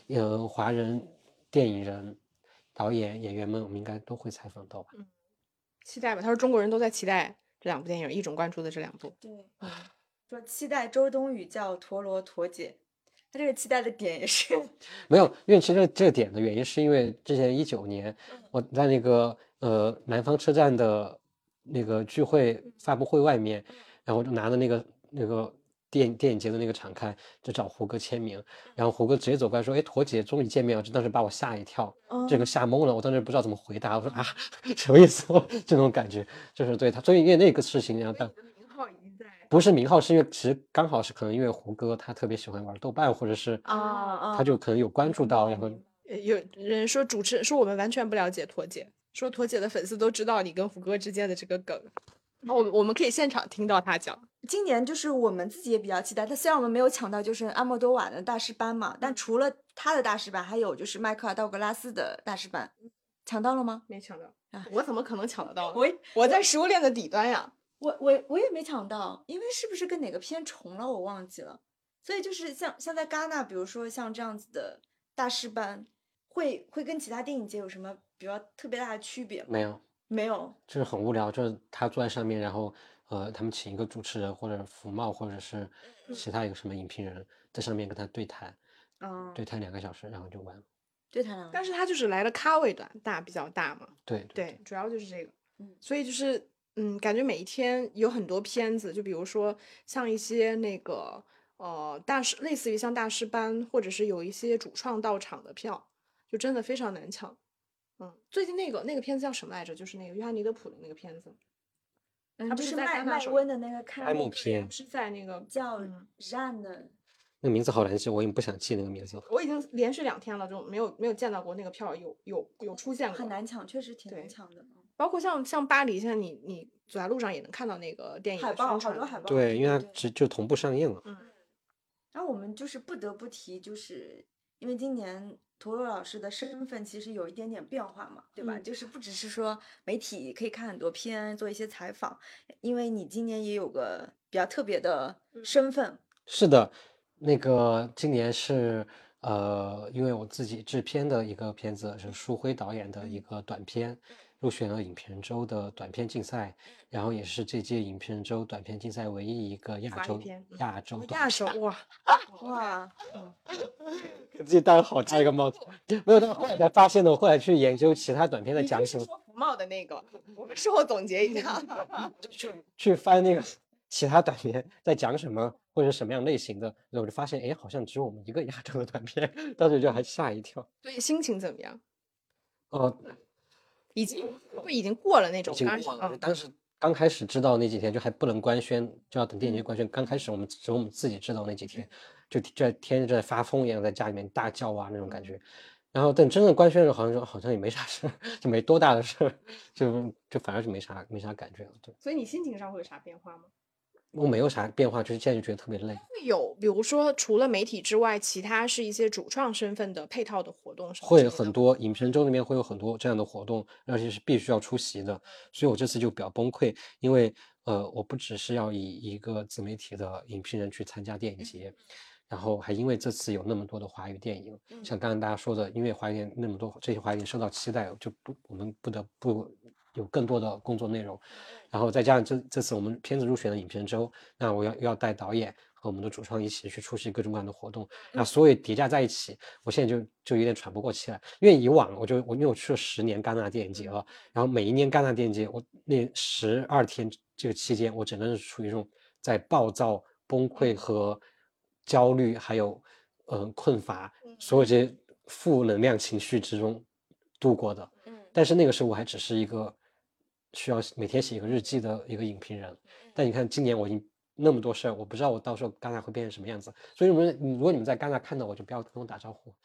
电影人、导演、演员们，我们应该都会采访到吧。 期待吧。他说中国人都在期待这两部电影，一种关注的这两部。 对，说期待周冬雨叫陀螺驼姐，他这个期待的点也是没有，因为其实这个点的原因是因为之前19年我在那个南方车站的那个聚会发布会外面，然后我就拿着那个电影节的那个场刊，就找胡歌签名，然后胡歌直接走过来说：“哎，驼姐终于见面了！”这当时把我吓一跳，这个吓懵了，我当时不知道怎么回答，我说啊，什么意思？这种感觉就是对他，所以因为那个事情，然后他名号已经在。 不是名号，是因为其实刚好是可能因为胡歌他特别喜欢玩豆瓣，或者是他就可能有关注到，然后有人说主持人说我们完全不了解驼姐，说驼姐的粉丝都知道你跟胡歌之间的这个梗。我们可以现场听到他讲。 今年就是我们自己也比较期待，但虽然我们没有抢到就是阿莫多瓦的大师班嘛，但除了他的大师班，还有就是迈克尔道格拉斯的大师班，抢到了吗？ 没抢到我怎么可能抢得到？ 我我在食物链的底端呀。 我也没抢到，因为是不是跟哪个片重了我忘记了，所以就是像在戛纳，比如说像这样子的大师班，会跟其他电影节有什么比较特别大的区别吗？没有， 就是很无聊，就是他坐在上面，然后他们请一个主持人或者福茂或者是其他一个什么影评人在上面跟他对谈，对谈2个小时，然后就完了。 对谈2个小时， 但是他就是来的咖位段比较大嘛。 对， 主要就是这个。所以就是感觉每一天有很多片子，就比如说像一些那个大师，类似于像大师班，或者是有一些主创到场的票，就真的非常难抢。最近那个片子叫什么来着？就是那个约翰尼德普的那个片子，他不就是是在麦温的那个开幕片， 是在那个叫让的。 那个名字好难记，我也不想记那个名字。 我已经连续2天了，就没有见到过那个票有出现过， 很难抢，确实挺难抢的。 包括像巴黎，现在你走在路上也能看到那个电影海报，好多海报。 对，因为它就同步上映了。 然后我们就是不得不提，就是因为今年陀螺老师的身份其实有一点点变化嘛，对吧？就是不只是说媒体可以看很多片，做一些采访，因为你今年也有个比较特别的身份。 是的，那个今年是因为我自己制片的一个片子是舒辉导演的一个短片，入选了影评人周的短片竞赛，然后也是这届影评人周短片竞赛唯一一个亚洲华语片短亚洲哇， 哇， 给自己戴了好大一个帽子。没有，但后来才发现的，我后来去研究其他短片在你讲什么， 就是说福茂的那个，我们事后总结一下。 去翻那个其他短片在讲什么，或者什么样类型的，然后我就发现，哎，好像只有我们一个亚洲的短片，当时就还吓一跳。 所以心情怎么样？ 哦， 已经过了那种已经当时过了。当时刚开始知道那几天，就还不能官宣，就要等电影节官宣。刚开始只有我们自己知道那几天，就在天天在发疯一样，在家里面大叫啊那种感觉。然后等真正官宣的时候，好像也没啥事，就没多大的事，就反而是没啥感觉了。对， 所以你心情上会有啥变化吗？ 我没有啥变化，就是现在就觉得特别累。 会有，比如说除了媒体之外，其他是一些主创身份的配套的活动什么之会类的很多影评周那边会有很多这样的活动，而且是必须要出席的，所以我这次就比较崩溃，因为我不只是要以一个自媒体的影评人去参加电影节，然后还因为这次有那么多的华语电影，像刚刚大家说的，因为华语电影那么多，这些华语电影受到期待，我们不得不有更多的工作内容，然后再加上这次我们片子入选了影评人周，那我又要带导演和我们的主创一起去出席各种各样的活动，那所有叠加在一起，我现在就有点喘不过气来。因为以往因为我去了10年戛纳电影节了，然后每一年戛纳电影节，我那12天这个期间，我整个人是处于一种在暴躁、崩溃和焦虑，还有困乏，所有这些负能量情绪之中度过的。但是那个时候我还只是一个需要每天写一个日记的一个影评人，但你看今年我已经那么多事儿，我不知道我到时候戛纳会变成什么样子。所以如果你们在戛纳看到我，就不要跟我打招呼。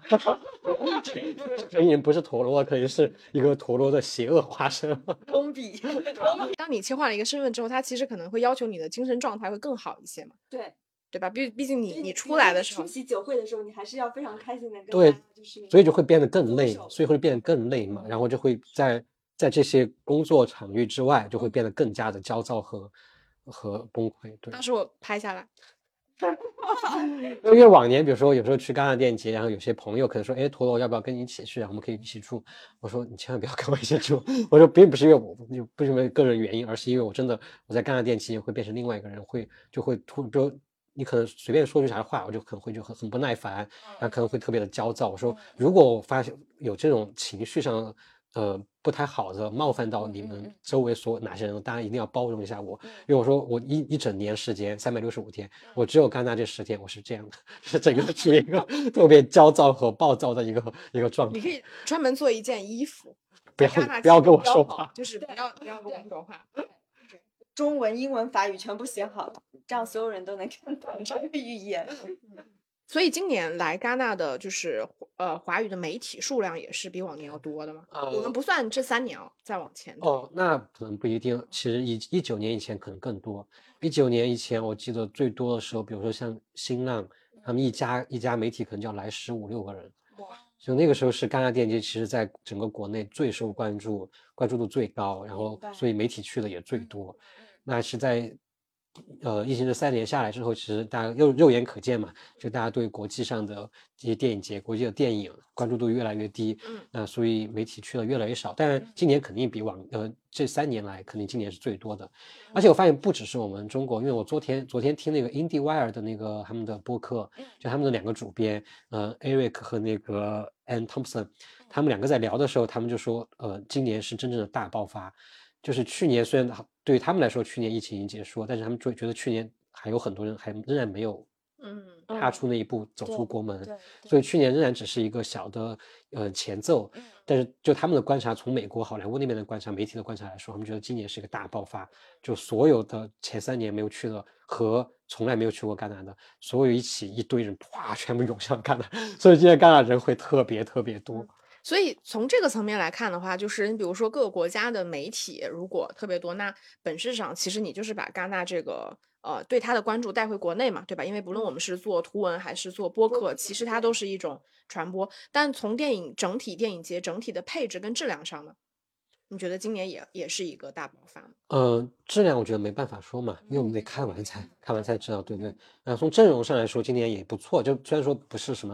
可能不是陀螺，可能是一个陀螺的邪恶化身。 封闭。 当你切换了一个身份之后，它其实可能会要求你的精神状态会更好一些嘛， 对， 对吧？毕竟所以你出来的时候出，席酒会的时候，你还是要非常开心的跟对大家就是所以就会变得更累， 手所以会变得更累嘛，然后就会在这些工作场域之外，就会变得更加的焦躁和崩溃。对， 当时我拍下来， 因为往年，比如说有时候去戛纳电影节，然后有些朋友可能说，哎，陀螺要不要跟你一起去啊？我们可以一起住。我说你千万不要跟我一起住。我说并不是因为不是因为个人原因，而是因为我在戛纳电影节会变成另外一个人，就会比如你可能随便说句啥话，我就可能会就很不耐烦，然后可能会特别的焦躁。我说如果我发现有这种情绪上不太好的冒犯到你们周围哪些人，大家一定要包容一下我，因为我说我一整年时间365天，我只有戛纳这10天我是这样的，是整个处于一个特别焦躁和暴躁的一个状态。 你可以专门做一件衣服， 不要在戛纳不要跟我期间标好说话， 就是不要跟我说话。 中文、英文、法语全部写好，这样所有人都能看懂这个语言。 所以今年来戛纳的就是华语的媒体数量也是比往年要多的嘛。我们不算这3年再往前的。 哦，那可能不一定。其实19年以前可能更多。19年以前，我记得最多的时候，比如说像新浪，他们一家媒体可能就要来15、16个人。就那个时候是戛纳电影节，其实在整个国内最受关注度最高，然后所以媒体去的也最多。那是在疫情这3年下来之后，其实大家肉眼可见嘛，就大家对国际上的这些电影节、国际的电影关注度越来越低，所以媒体去的越来越少。当然，今年肯定比这3年来，肯定今年是最多的。而且我发现不只是我们中国，因为我昨天听那个 IndieWire 的那个他们的播客，就他们的2个主编Eric 和那个 Ann Thompson，他们2个在聊的时候，他们就说今年是真正的大爆发。就是去年虽然对于他们来说去年疫情已经结束了，但是他们觉得去年还有很多人还仍然没有踏出那一步走出国门，所以去年仍然只是一个小的前奏。但是就他们的观察，从美国好莱坞那边的观察、媒体的观察来说，他们觉得今年是一个大爆发，就所有的前3年没有去的和从来没有去过戛纳的，所有一起一堆人哗全部涌向戛纳，所以今年戛纳人会特别特别多。 所以从这个层面来看的话，就是你比如说各个国家的媒体如果特别多，那本质上其实你就是把戛纳这个对它的关注带回国内嘛，对吧？因为不论我们是做图文还是做播客，其实它都是一种传播。但从整体电影节整体的配置跟质量上呢，你觉得今年也是一个大爆发吗？ 质量我觉得没办法说嘛，因为我们得看完才知道，对不对？从阵容上来说，今年也不错，就虽然说不是什么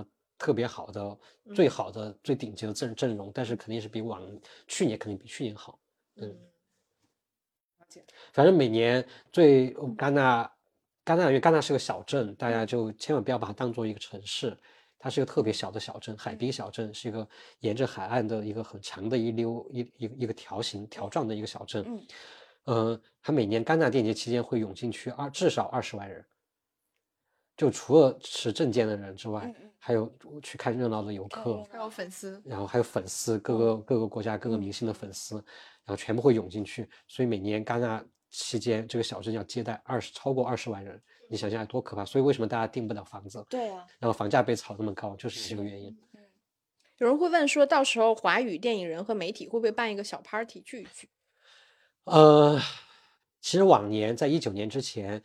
特别好的、最好的、最顶级的阵容，但是肯定是比去年肯定比去年好。反正每年戛纳，因为戛纳是个小镇，大家就千万不要把它当做一个城市，它是一个特别小的小镇，海滨小镇，是一个沿着海岸的一个很长的一个条状的一个小镇。它每年戛纳电影节期间会涌进去至少20万人，就除了持证件的人之外，还有去看热闹的游客， 还有粉丝， 然后还有粉丝，各个国家各个明星的粉丝，然后全部会涌进去，所以每年戛纳期间这个小镇要接待超过20万人，你想想有多可怕？所以为什么大家订不了房子？ 对啊， 然后房价被炒那么高，就是这个原因。 有人会问说，到时候华语电影人和媒体会不会办一个小 party 聚一聚？ 其实往年在19年之前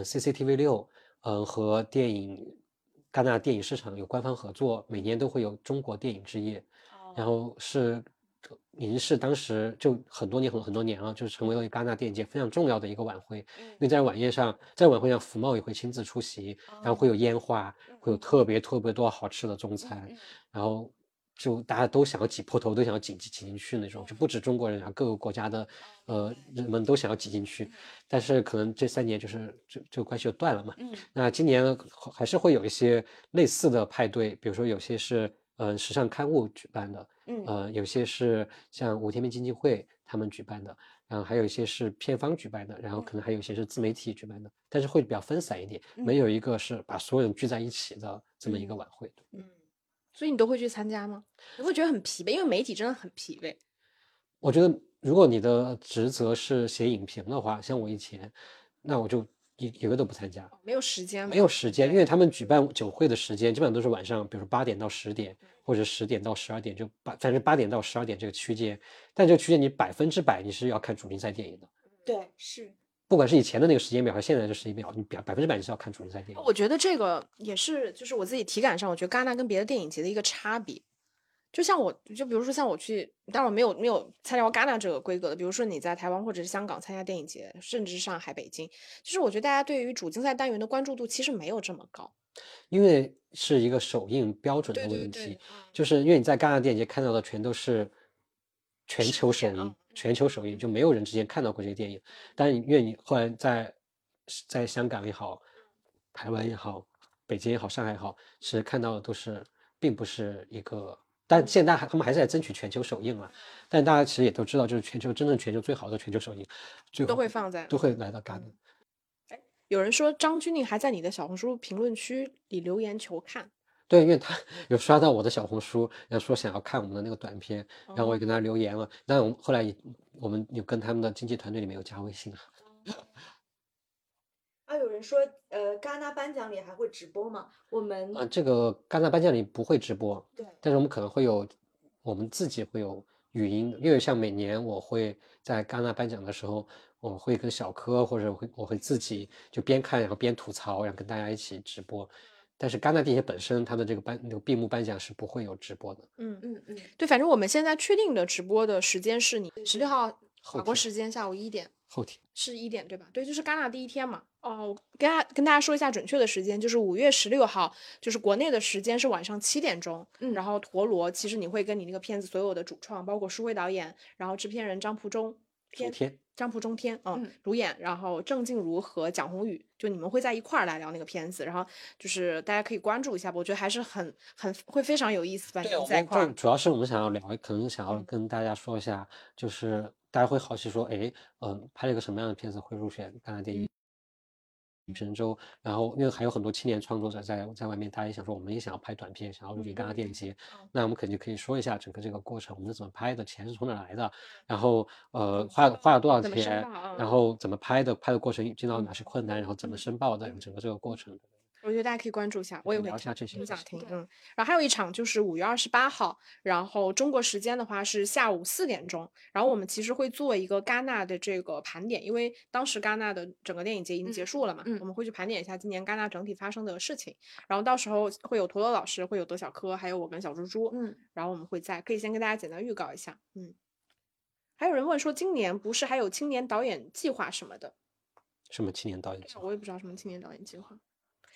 ，CCTV6和戛纳电影市场有官方合作，每年都会有中国电影之夜，然后已经是当时就很多年了，就成为了戛纳电影节非常重要的一个晚会。因为在晚会上，福茂也会亲自出席，然后会有烟花，会有特别多好吃的中餐，然后就大家都想要挤破头，都想要挤进去那种，就不止中国人啊，各个国家的人们都想要挤进去。但是可能这3年这个关系就断了嘛。那今年还是会有一些类似的派对，比如说有些是时尚刊物举办的，有些是像五天面基金会他们举办的，然后还有一些是片方举办的，然后可能还有一些是自媒体举办的，但是会比较分散一点，没有一个是把所有人聚在一起的这么一个晚会。 所以你都会去参加吗？你会觉得很疲惫，因为媒体真的很疲惫。 我觉得如果你的职责是写影评的话，像我以前，那我就一个都不参加， 没有时间， 没有时间，因为他们举办酒会的时间基本上都是晚上，比如说8点到10点，或者10点到12点，反正8点到12点这个区间，但这个区间你100%你是要看主竞赛电影的。 对，是。 不管是以前的那个时间表还是现在的时间表，你100%你是要看主竞赛电影。 我觉得这个也是，就是我自己体感上，我觉得戛纳跟别的电影节的一个差别。就比如说像我去，当然我没有参加过戛纳这个规格的，比如说你在台湾或者是香港参加电影节，甚至是上海、北京，就是我觉得大家对于主竞赛单元的关注度其实没有这么高， 因为是一个首映标准的问题，就是因为你在戛纳电影节看到的全都是全球首映，就没有人之前看到过这个电影。但因为你后来在香港也好，台湾也好，北京也好，上海也好，是看到的并不是一个。但现在他们还是在争取全球首映了，但大家其实也都知道，就是真正全球最好的全球首映， 都会放在都会来到戛纳。 有人说张钧甯还在你的小红书评论区里留言求看， 对，因为他有刷到我的小红书，然后说想要看我们的那个短片，然后我也跟他留言了。但后来我们有跟他们的经纪团队里面有加微信了。 有人说，戛纳颁奖礼还会直播吗？我们这个戛纳颁奖礼不会直播， 对， 但是我们可能我们自己会有语音，因为像每年我会在戛纳颁奖的时候，我会跟小柯或者我会自己就边看然后边吐槽，然后跟大家一起直播。但是戛纳电影节本身它的这个那个闭幕颁奖是不会有直播的。 对，反正我们现在确定的直播的时间是你16号法国时间下午1点， 后天是1点对吧？对，就是戛纳第一天嘛。我跟大家说一下准确的时间，就是5月16号，就是国内的时间是晚上7点钟。然后陀螺其实你会跟你那个片子所有的主创，包括舒辉导演，然后制片人张蒲中天主演，然后郑静茹和蒋宏宇，就你们会在一块儿来聊那个片子，然后就是大家可以关注一下吧，我觉得还是很会非常有意思。反正在一块儿， 主要是我们想要聊，可能想要跟大家说一下，就是大家会好奇说，拍了一个什么样的片子会入选戛纳电影神州，然后因为还有很多青年创作者在外面，大家也想说，我们也想要拍短片，想要入选戛纳电影节，那我们肯定可以说一下整个这个过程，我们是怎么拍的，钱是从哪来的，然后花了多少钱，然后怎么拍的过程遇到哪些困难，然后怎么申报的整个这个过程。 我觉得大家可以关注一下，我也会聊一下这些， 想听。然后还有一场就是5月28号，然后中国时间的话是下午4点钟，然后我们其实会做一个戛纳的这个盘点，因为当时戛纳的整个电影节已经结束了嘛，我们会去盘点一下今年戛纳整体发生的事情，然后到时候会有陀螺老师，会有德小柯，还有我跟小猪猪，然后我们会可以先跟大家简单预告一下，还有人问说今年不是还有青年导演计划什么的？ 什么青年导演计划？ 我也不知道什么青年导演计划。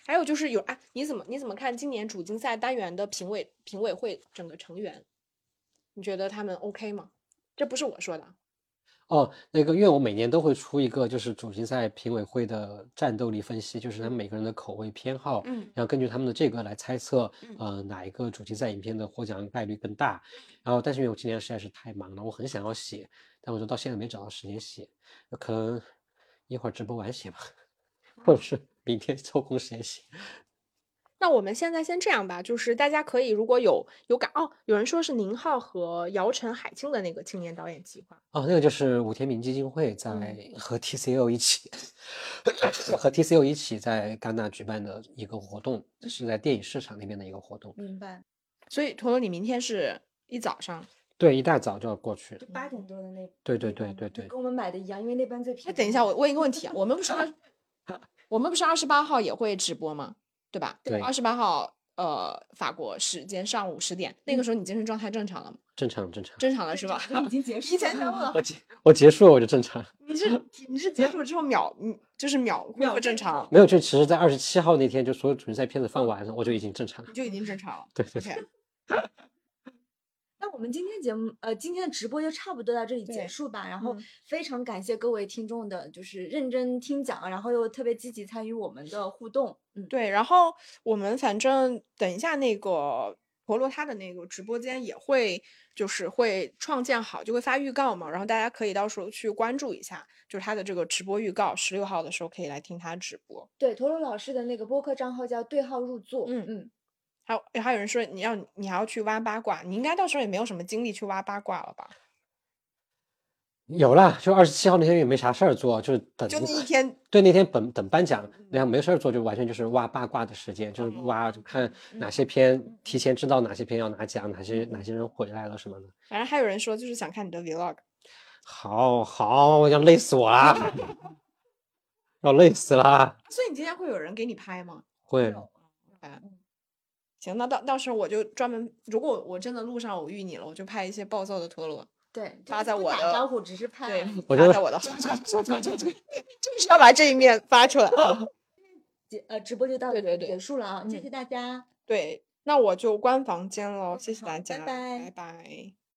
还有就是你怎么看今年主竞赛单元的评委会整个成员？你觉得他们 OK 吗？这不是我说的。 哦，那个，因为我每年都会出一个就是主竞赛评委会的战斗力分析，就是他们每个人的口味偏好，然后根据他们的这个来猜测，哪一个主竞赛影片的获奖概率更大。然后，但是因为我今年实在是太忙了，我很想要写，但我就到现在没找到时间写，可能一会儿直播完写吧，或者是明天抽空时间写。 那我们现在先这样吧，就是大家可以如果有人说是宁浩和姚晨、海清的那个青年导演计划。 哦，那个就是武田敏基金会在和 TCL 一起，和 TCL 一起在戛纳举办的一个活动，是在电影市场那边的一个活动。 明白。 所以陀螺，你明天是一早上？ 对，一大早就要过去。 就8点多的那。 对， 跟我们买的一样，因为那班最便宜。 等一下，我问一个问题啊，我们不是28号也会直播吗？对吧？ 对 28号法国时间上午10点，那个时候你精神状态正常了吗？ 正常。 正常了是吧？ 已经结束。 提前先问。 我结束了我就正常。 你是结束之后就是秒恢复正常？ 没有，就其实在27号那天，就所有主竞赛片子放完了，我就已经正常了。 你就已经正常了。 对。 OK。 那我们今天节目今天的直播就差不多到这里结束吧。然后非常感谢各位听众的就是认真听讲，然后又特别积极参与我们的互动。 对，然后我们反正等一下那个陀螺他的那个直播间也会就是会创建好，就会发预告嘛，然后大家可以到时候去关注一下，就是他的这个直播预告，16号的时候可以来听他直播。 对，陀螺老师的那个播客账号叫对号入座。 还有人说你还要去挖八卦，你应该到时候也没有什么精力去挖八卦了吧？ 有啦，就27号那天也没啥事儿做，就是等就那一天。 对，那天等颁奖，然后没事儿做，就完全就是挖八卦的时间，就是挖就看哪些片提前知道哪些片要拿奖，哪些人回来了什么的。 反正还有人说就是想看你的 vlog。 好，要累死我啦！要累死啦！ 所以你今天会有人给你拍吗？ 会。 行，那到时候我就专门，如果我真的路上偶遇你了，我就拍一些暴躁的陀螺。 对， 发在我的打招呼只是拍。 对，发在我的就是要把这一面发出来。 直播就到对结束了啊！谢谢大家。 对，那我就关房间了，谢谢大家， 拜拜。 拜拜。